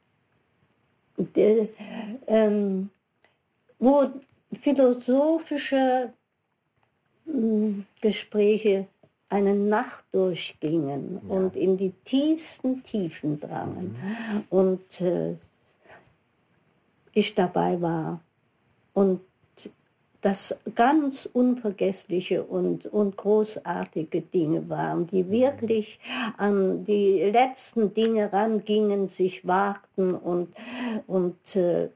Der, ähm, wo philosophische mh, Gespräche eine Nacht durchgingen Ja. und in die tiefsten Tiefen drangen. Mhm. Und äh, ich dabei war. Und das ganz unvergessliche und, und großartige Dinge waren, die wirklich an die letzten Dinge rangingen, sich wagten und, und äh,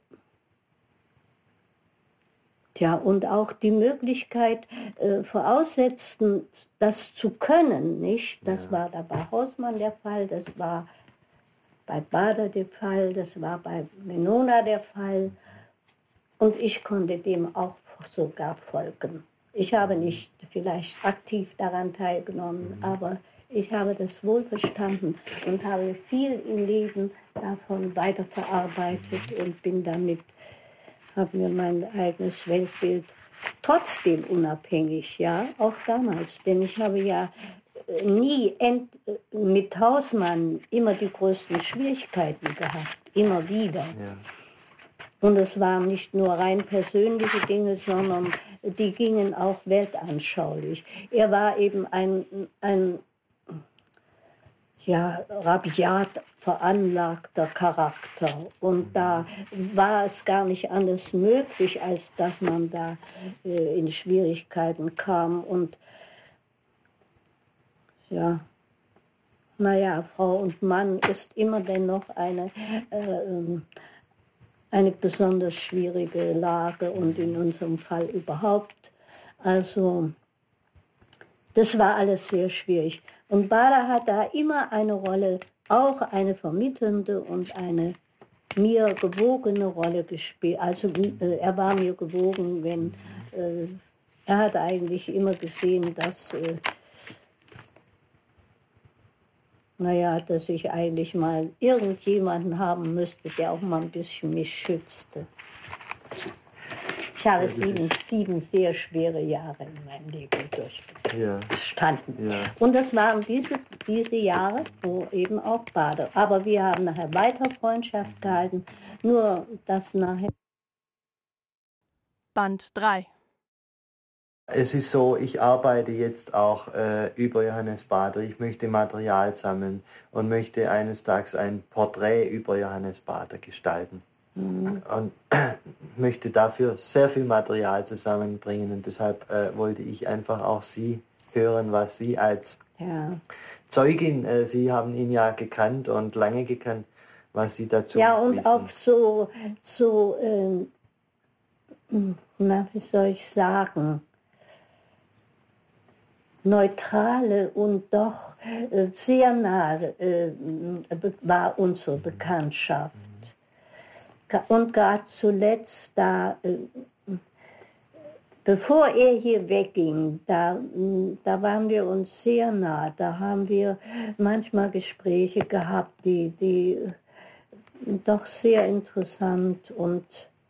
Tja, und auch die Möglichkeit äh, voraussetzten, das zu können, nicht? Das Ja. war da bei Hausmann der Fall, das war bei Bader der Fall, das war bei Minona der Fall. Und ich konnte dem auch sogar folgen. Ich habe nicht vielleicht aktiv daran teilgenommen, mhm. aber ich habe das wohl verstanden und habe viel im Leben davon weiterverarbeitet und bin damit, habe mir mein eigenes Weltbild trotzdem unabhängig, ja, auch damals. Denn ich habe ja nie ent, mit Hausmann immer die größten Schwierigkeiten gehabt, immer wieder. Ja. Und es waren nicht nur rein persönliche Dinge, sondern die gingen auch weltanschaulich. Er war eben ein, ein ja, rabiat veranlagter Charakter. Und da war es gar nicht anders möglich, als dass man da äh, in Schwierigkeiten kam. Und ja, naja, Frau und Mann ist immer dennoch eine, äh, eine besonders schwierige Lage und in unserem Fall überhaupt. Also das war alles sehr schwierig. Und Bader hat da immer eine Rolle, auch eine vermittelnde und eine mir gewogene Rolle gespielt. Also äh, er war mir gewogen, wenn äh, er hat eigentlich immer gesehen, dass äh, naja, dass ich eigentlich mal irgendjemanden haben müsste, der auch mal ein bisschen mich schützte. Ich habe sieben, sieben sehr schwere Jahre in meinem Leben durchgestanden. Ja. Ja. Und das waren diese, diese Jahre, wo eben auch Bader. Aber wir haben nachher weiter Freundschaft gehalten, nur das nachher. Band drei. Es ist so, ich arbeite jetzt auch äh, über Johannes Bader. Ich möchte Material sammeln und möchte eines Tages ein Porträt über Johannes Bader gestalten. Mhm. Und äh, möchte dafür sehr viel Material zusammenbringen. Und deshalb äh, wollte ich einfach auch Sie hören, was Sie als ja. Zeugin, äh, Sie haben ihn ja gekannt und lange gekannt, was Sie dazu Ja, und wissen. auch so, so äh, na, wie soll ich sagen, neutrale und doch äh, sehr nahe äh, war unsere Bekanntschaft. Und gerade zuletzt, da, äh, bevor er hier wegging, da, da waren wir uns sehr nah. Da haben wir manchmal Gespräche gehabt, die, die doch sehr interessant und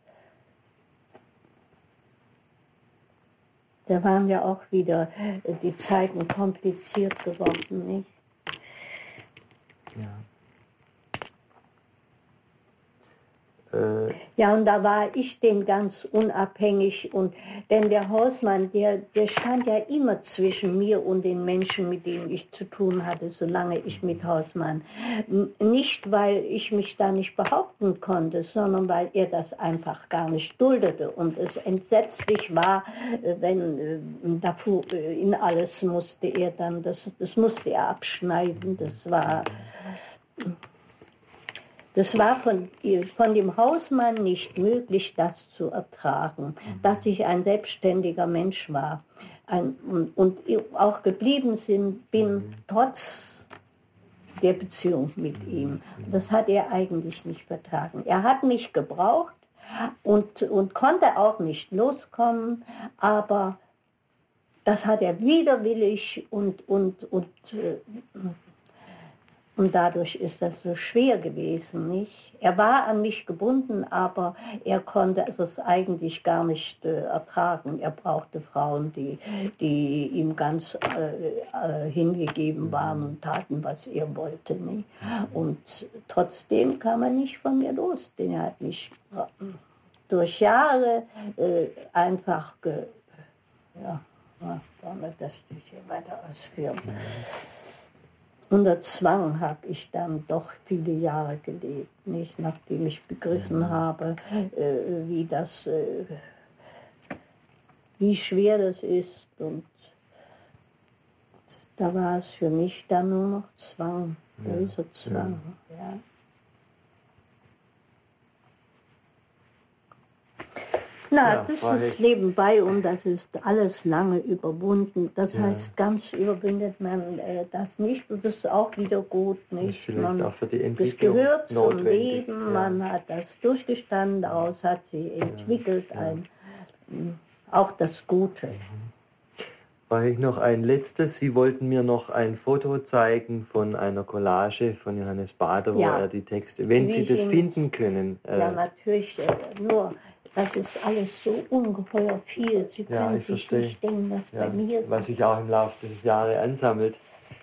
da waren ja auch wieder die Zeiten kompliziert geworden, nicht? Ja. Äh, Ja, und da war ich dem ganz unabhängig. Und, denn der Hausmann, der, der stand ja immer zwischen mir und den Menschen, mit denen ich zu tun hatte, solange ich mit Hausmann. Nicht, weil ich mich da nicht behaupten konnte, sondern weil er das einfach gar nicht duldete. Und es entsetzlich war, wenn dafür in alles musste er dann, das, das musste er abschneiden. Das war... Das war von, von dem Hausmann nicht möglich, das zu ertragen, dass ich ein selbstständiger Mensch war ein, und, und auch geblieben sind, bin, trotz der Beziehung mit ihm. Das hat er eigentlich nicht vertragen. Er hat mich gebraucht und, und konnte auch nicht loskommen, aber das hat er widerwillig und, und, und äh, Und dadurch ist das so schwer gewesen, nicht? Er war an mich gebunden, aber er konnte es eigentlich gar nicht äh, ertragen. Er brauchte Frauen, die, die ihm ganz äh, äh, hingegeben waren und taten, was er wollte, nicht? Und trotzdem kam er nicht von mir los, denn er hat mich durch Jahre äh, einfach, ge, ja, wollen wir das nicht hier weiter ausführen. Unter Zwang habe ich dann doch viele Jahre gelebt, nicht, nachdem ich begriffen habe, äh, wie das, äh, wie schwer das ist. Und da war es für mich dann nur noch Zwang, böser Zwang. Ja. Ja. Na, Ja, das freilich. ist nebenbei und das ist alles lange überwunden. Das Ja. heißt, ganz überwindet man äh, das nicht und das ist auch wieder gut, nicht? Ist vielleicht Man, auch für die das Entwicklung gehört zum notwendig. Leben, Ja. man hat das durchgestanden, daraus hat sie entwickelt, Ja. ein, auch das Gute. War ich noch ein letztes, Sie wollten mir noch ein Foto zeigen von einer Collage von Johannes Bader, wo Ja. er die Texte, wenn Wie Sie ich das ihn- finden können. Äh, Ja, natürlich, äh, nur, das ist alles so ungeheuer viel. Sie Ja, können ich sich verstehe. nicht denken, was ja, bei mir was sich auch im Laufe des Jahres ansammelt.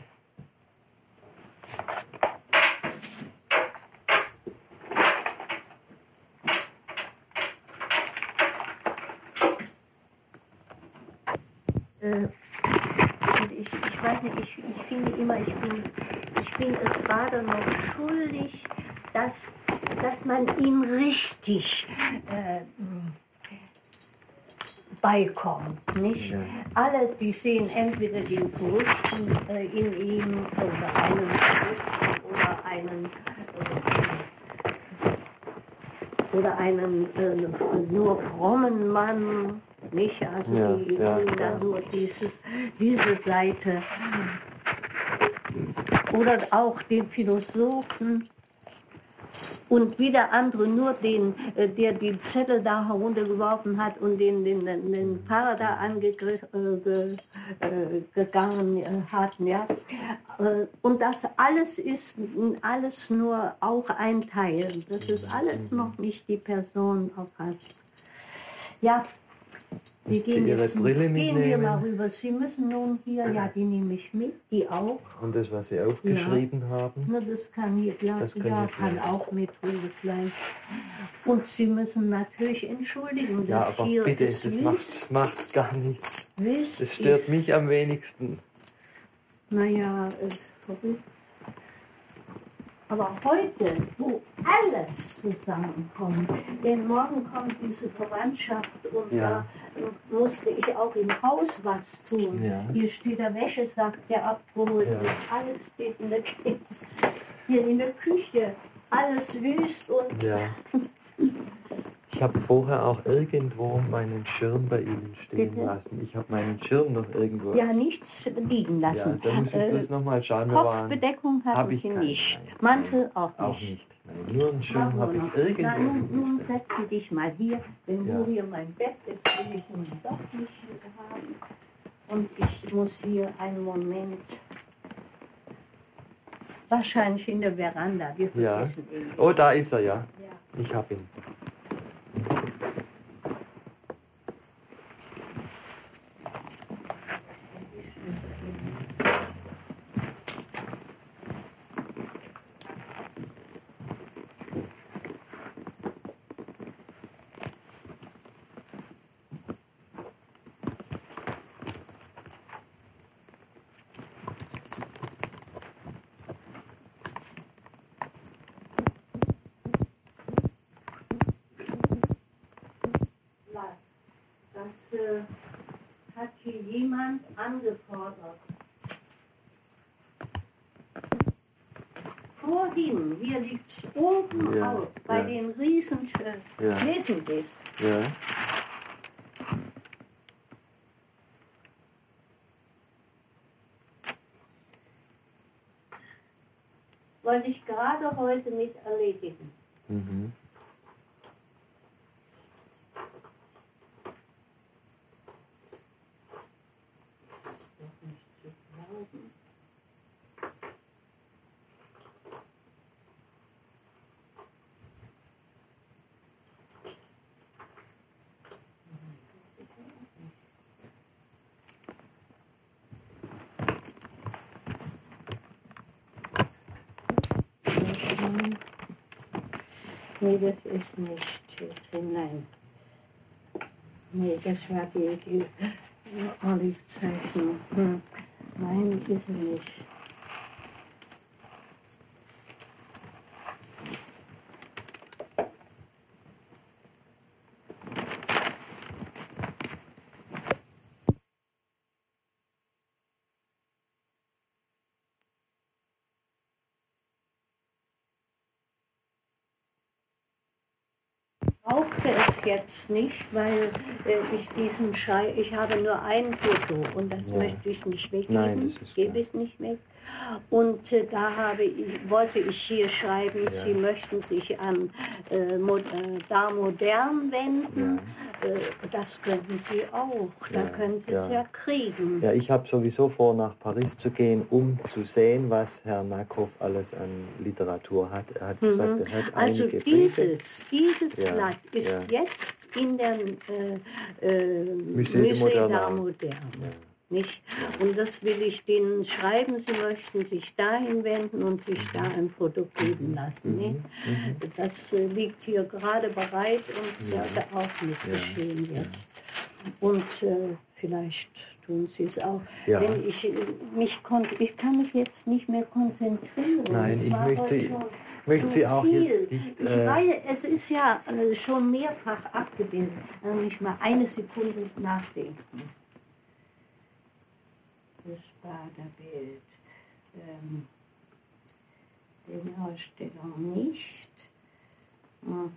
Äh, und ich, ich weiß nicht, ich, ich finde immer, ich bin, ich bin es Bader noch schuldig, dass, dass man ihm richtig äh, beikommt, nicht? Ja. Alle, die sehen entweder den Verrückten äh, in ihm oder einen Verrückten oder einen äh, oder einen äh, nur frommen Mann, nicht? Also Ja, die ja, wollen da ja. nur dieses, diese Seite. Oder auch den Philosophen. Und wieder andere nur den, äh, der die Zettel da heruntergeworfen hat und den, den, den, den Pfarrer da angegriffen, äh, ge, äh, gegangen äh, hat. Ja? Äh, und das alles ist alles nur auch ein Teil. Das ist alles noch nicht die Person auf Hast. Ja. Wir Müsst Sie gehen, Ihre jetzt, Brille gehen wir mitnehmen? mal rüber. Sie müssen nun hier, ja, die nehme ich mit, die auch. Und das, was Sie aufgeschrieben haben. Na, das kann hier, ja, Das kann ja, hier kann bleiben. auch mit rüber vielleicht. Und Sie müssen natürlich entschuldigen, Ja, dass aber hier bitte, ist das Wüst, macht, macht gar nichts. Wüst Das stört ist, mich am wenigsten. Naja, ist verrückt. Aber heute, wo alles zusammenkommt, denn morgen kommt diese Verwandtschaft und Ja. da musste ich auch im Haus was tun. Ja. Hier steht der Wäschesack, der abgeholt Ja. ist, alles steht in der Küche. Hier in der Küche, alles wüst und Ja. Ich habe vorher auch irgendwo meinen Schirm bei Ihnen stehen Bitte? lassen. Ich habe meinen Schirm noch irgendwo. ja nichts liegen Ja, lassen. da muss ich Äh, bloß nochmal schauen. wir waren- Kopfbedeckung Hab haben ich Sie keine, nicht, nein. Mantel auch nicht. Auch nicht. Nein, nur einen Schirm Machen habe wir ich noch. irgendwo. Na, nun, nun setze dich mal hier, denn Ja. wo hier mein Bett ist, will ich nun doch nicht hier haben. Und ich muss hier einen Moment, wahrscheinlich in der Veranda, wir Ja. vergessen ihn. Oh, da ist er, ja. Ja. Ich habe ihn. jemand angefordert. Vorhin, hier liegt es oben Ja, auf, bei ja. den Riesen, äh, Ja. lesen Sie es. Ja. Wollte ich gerade heute mit erledigen. Mhm. Doch nicht zu glauben. Nee, das ist nicht hier drin, nein. Nee, das war die, die Olive-Zeichnung. Hm. Nein, ist sie nicht. Brauchte es jetzt nicht, weil äh, ich diesen Schrei, ich habe nur ein Foto und das Ja. möchte ich nicht weggeben, Nein, das ist gebe klar. ich nicht weg. Und äh, da habe ich, wollte ich hier schreiben, Ja. Sie möchten sich an äh, Mo äh, da modern wenden. Äh, das könnten Sie auch, da Ja, können Sie ja. es ja kriegen. Ja, ich habe sowieso vor, nach Paris zu gehen, um zu sehen, was Herr Nackow alles an Literatur hat. Er hat gesagt, Mhm. er hat Also einige dieses, Briefe. dieses Ja, Blatt ist ja. jetzt in der äh, äh, Musée de Musée Moderne. d'Art Moderne. Ja. Nicht? Ja. Und das will ich denen schreiben, sie möchten sich dahin wenden und sich da ein Foto geben lassen. Mhm. Nicht? Mhm. Das äh, liegt hier gerade bereit und Ja. sollte auch nicht Ja. geschehen Ja. jetzt. Und äh, vielleicht tun sie es auch. Ja. Wenn ich, äh, mich konnte, ich kann mich jetzt nicht mehr konzentrieren. Nein, Es ich war möchte heute Sie- schon möchte zu Sie auch viel. jetzt nicht, Ich äh, weiß, es ist ja äh, schon mehrfach abgebildet. Also nicht mal eine Sekunde nachdenken. Das Baderbild. Ähm, den Ausstellung nicht. Hm.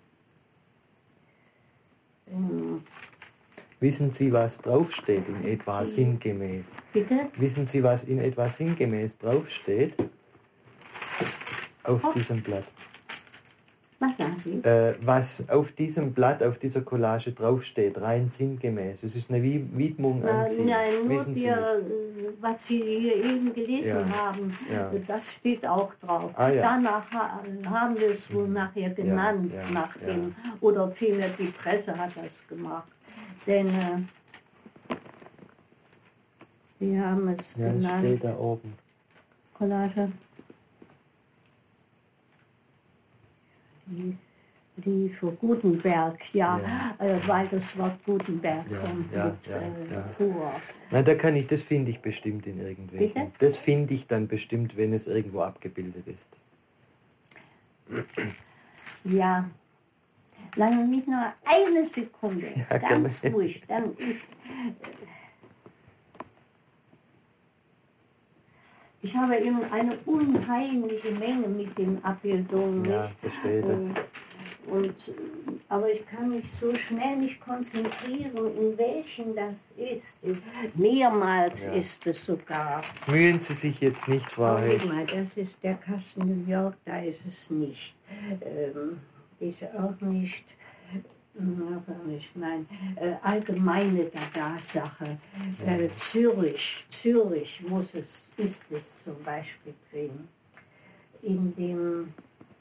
Ähm, Wissen Sie, was draufsteht in etwa Sie- sinngemäß? bitte? Wissen Sie, was in etwa sinngemäß draufsteht? Auf Oh. diesem Blatt. Was sagen Sie? Äh, was auf diesem Blatt, auf dieser Collage draufsteht, rein sinngemäß. Es ist eine Wi- Widmung Na, an Sie. nein, nur Wissen Sie wir, nicht? äh, was Sie hier eben gelesen Ja, haben, ja. äh, das steht auch drauf. Ah, ja. Danach ha haben wir es wohl nachher genannt, ja, nach ja. dem, oder vielmehr die Presse hat das gemacht. Denn äh, wir haben es Ja, es genannt. steht da oben. Collage. Die, die für Gutenberg, ja, Ja. Äh, weil das Wort Gutenberg Ja, kommt ja, mit ja, äh, ja. vor. Na, da kann ich, das finde ich bestimmt in irgendwelchen. Bitte? Das finde ich dann bestimmt, wenn es irgendwo abgebildet ist. Ja, lange mich nur eine Sekunde, Ja, ganz gerne. ruhig, dann ich. Ich habe eben eine unheimliche Menge mit den Abbildungen. Ja, nicht? verstehe das. Und, und, aber ich kann mich so schnell nicht konzentrieren, in welchen das ist. Mehrmals Ja. ist es sogar. Mühen Sie sich jetzt nicht, Frau Augenblick Hecht. mal, das ist der Kasten New York, da ist es nicht. Ähm, ist auch nicht. Aber nicht, nein, äh, allgemeine Dada-Sache. Äh, Zürich, Zürich muss es, ist es zum Beispiel drin. In dem,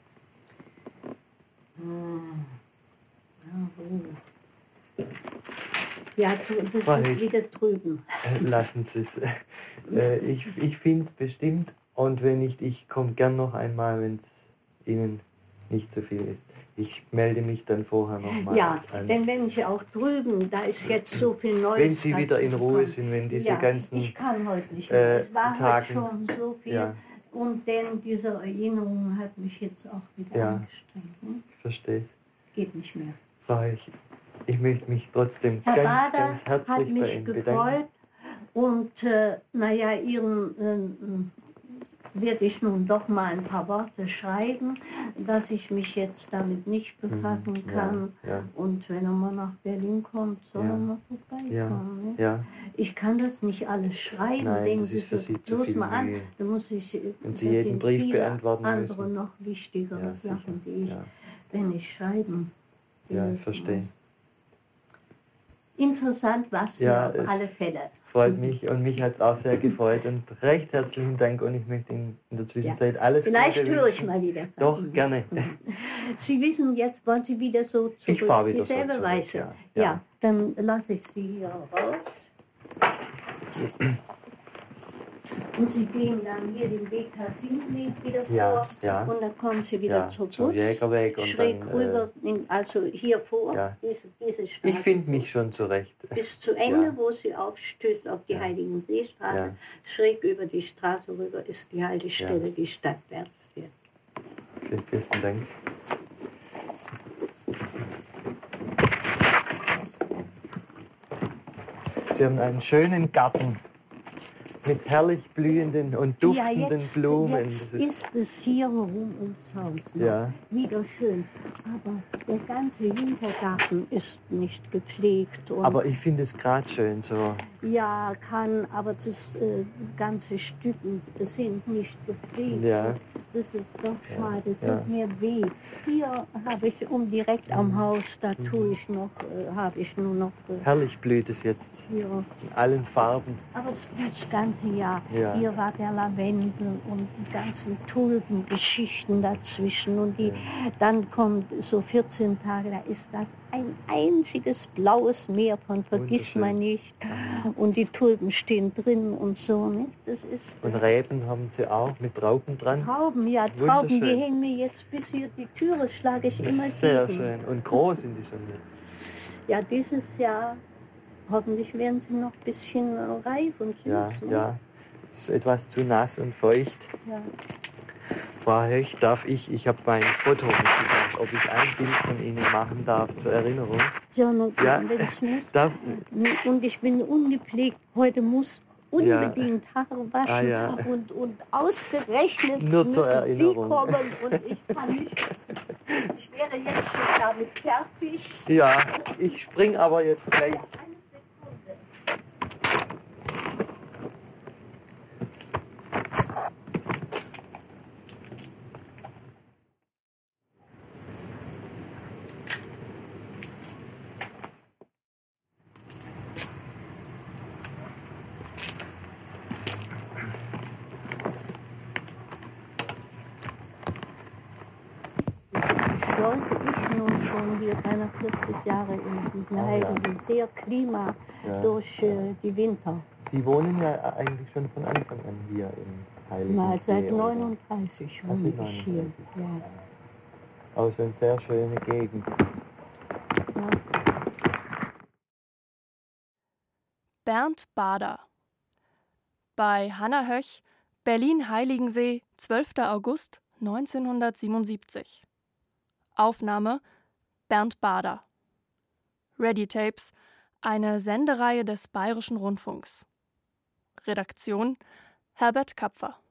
hm, ja, wo? Ja, das Frau ist Hecht. wieder drüben. Äh, Lassen Sie es. Äh, ich ich finde es bestimmt und wenn nicht, ich komme gern noch einmal, wenn es Ihnen nicht zu viel ist. Ich melde mich dann vorher nochmal Ja, an. denn wenn ich auch drüben, da ist jetzt so viel Neues. Wenn Sie wieder in Ruhe dazugekommen. sind, wenn diese ja, ganzen ich kann heute nicht mehr. äh, Es war Tagen, heute schon so viel. ja. Und denn diese Erinnerung hat mich jetzt auch wieder Ja. angestrengt. Ne? Ich verstehe es. Geht nicht mehr. Frau Hecht, ich möchte mich trotzdem Herr ganz, Bader ganz herzlich hat bei mich Ihnen gefreut bedanken. Und äh, naja, ihren äh, werde ich nun doch mal ein paar Worte schreiben, dass ich mich jetzt damit nicht befassen Mhm. kann. Ja, ja. Und wenn er mal nach Berlin kommt, soll Ja. er mal vorbeikommen. Ja, Ne? ja. Ich kann das nicht alles schreiben. Nein, denken das ist für Sie zu bloß viel mal an. Mühe. Da muss ich, Wenn Sie das jeden sind Brief viele beantworten andere müssen. noch wichtigere Ja, sicher. Sachen, die ich, Ja. wenn ich schreiben Ja, will. ich verstehe. Interessant war es Ja, mir auf es alle Fälle. Freut mich und mich hat es auch sehr gefreut und recht herzlichen Dank und ich möchte Ihnen in der Zwischenzeit Ja. alles Vielleicht Gute höre ich wünschen. mal wieder. Doch, gerne. Sie wissen, jetzt wollen Sie wieder so zurück. Ich fahre wieder so Dieselbe zurück, Weise. ja. Ja. Ja. Dann lasse ich Sie hier raus. Und Sie gehen dann hier den Weg K sieben wieder vor. Ja, ja. Und dann kommen Sie wieder Ja, zur zum Bus. Jägerweg und Schräg dann, rüber, in, also hier vor, ja. diese, diese Straße. Ich finde mich schon zurecht. Bis zu Ende, Ja. wo Sie aufstößt auf die Ja. Heiligen Seestraße, Ja. schräg über die Straße rüber ist die Haltestelle, Ja. die stadtwärts führt. Vielen besten Dank. Sie haben einen schönen Garten mit herrlich blühenden und duftenden ja, jetzt, Blumen. Jetzt Das ist, ist es hier rum ums Haus noch Ja. wieder schön. Aber der ganze Hintergarten ist nicht gepflegt. Und aber ich finde es gerade schön so. ja, kann, aber das äh, ganze Stücken, das sind nicht gepflegt. Ja. Das ist doch schade, das Ja. tut mir weh. Hier habe ich um direkt am Haus, da Mhm. tue ich noch, äh, habe ich nur noch äh, Herrlich blüht es jetzt hier. in allen Farben. Aber es blüht das ganze Jahr. Ja. Hier war der Lavendel und die ganzen Tulpengeschichten dazwischen. Und die, Ja. dann kommt so vierzehn Tage, da ist das ein einziges blaues Meer von vergiss Wunderschön. man nicht. Und die Tulpen stehen drin und so. Nicht? Das ist Und Reben haben Sie auch mit Trauben dran. Trauben, ja, Trauben, die Wunderschön. hängen mir jetzt bis hier die Türe, schlage ich immer Sehr gegen. schön. Und groß sind die schon. Ja, dieses Jahr, hoffentlich werden sie noch ein bisschen äh, reif und süß. Ja, ne? ja. Es ist etwas zu nass und feucht. ja. Frau Höch, darf ich, ich habe mein Foto mitgebracht, ob ich ein Bild von Ihnen machen darf zur Erinnerung. Ja, nur Ja, wenn es muss. darf, Und ich bin ungepflegt. Heute muss unbedingt Haare waschen Ah, ja. und, und ausgerechnet Nur zur müssen Sie Erinnerung. kommen und ich kann nicht. Ich wäre jetzt schon damit fertig. ja, ich spring aber jetzt gleich. Eine Sekunde. Sollte ich nun schon hier keiner vierzig Jahre in diesem Ah, ja. heiligen sehr Klima Ja. durch äh, die Winter. Sie wohnen ja eigentlich schon von Anfang an hier im Heiligen Mal seit See, oder? neununddreißig Ach, wohne seit ich hier. neununddreißig. Ja. Auch so eine sehr schöne Gegend. Ja. Bernd Bader. Bei Hannah Höch, Berlin-Heiligensee, zwölfter August neunzehnhundertsiebenundsiebzig. Aufnahme Bernd Bader. Ready Tapes, eine Sendereihe des Bayerischen Rundfunks. Redaktion Herbert Kapfer.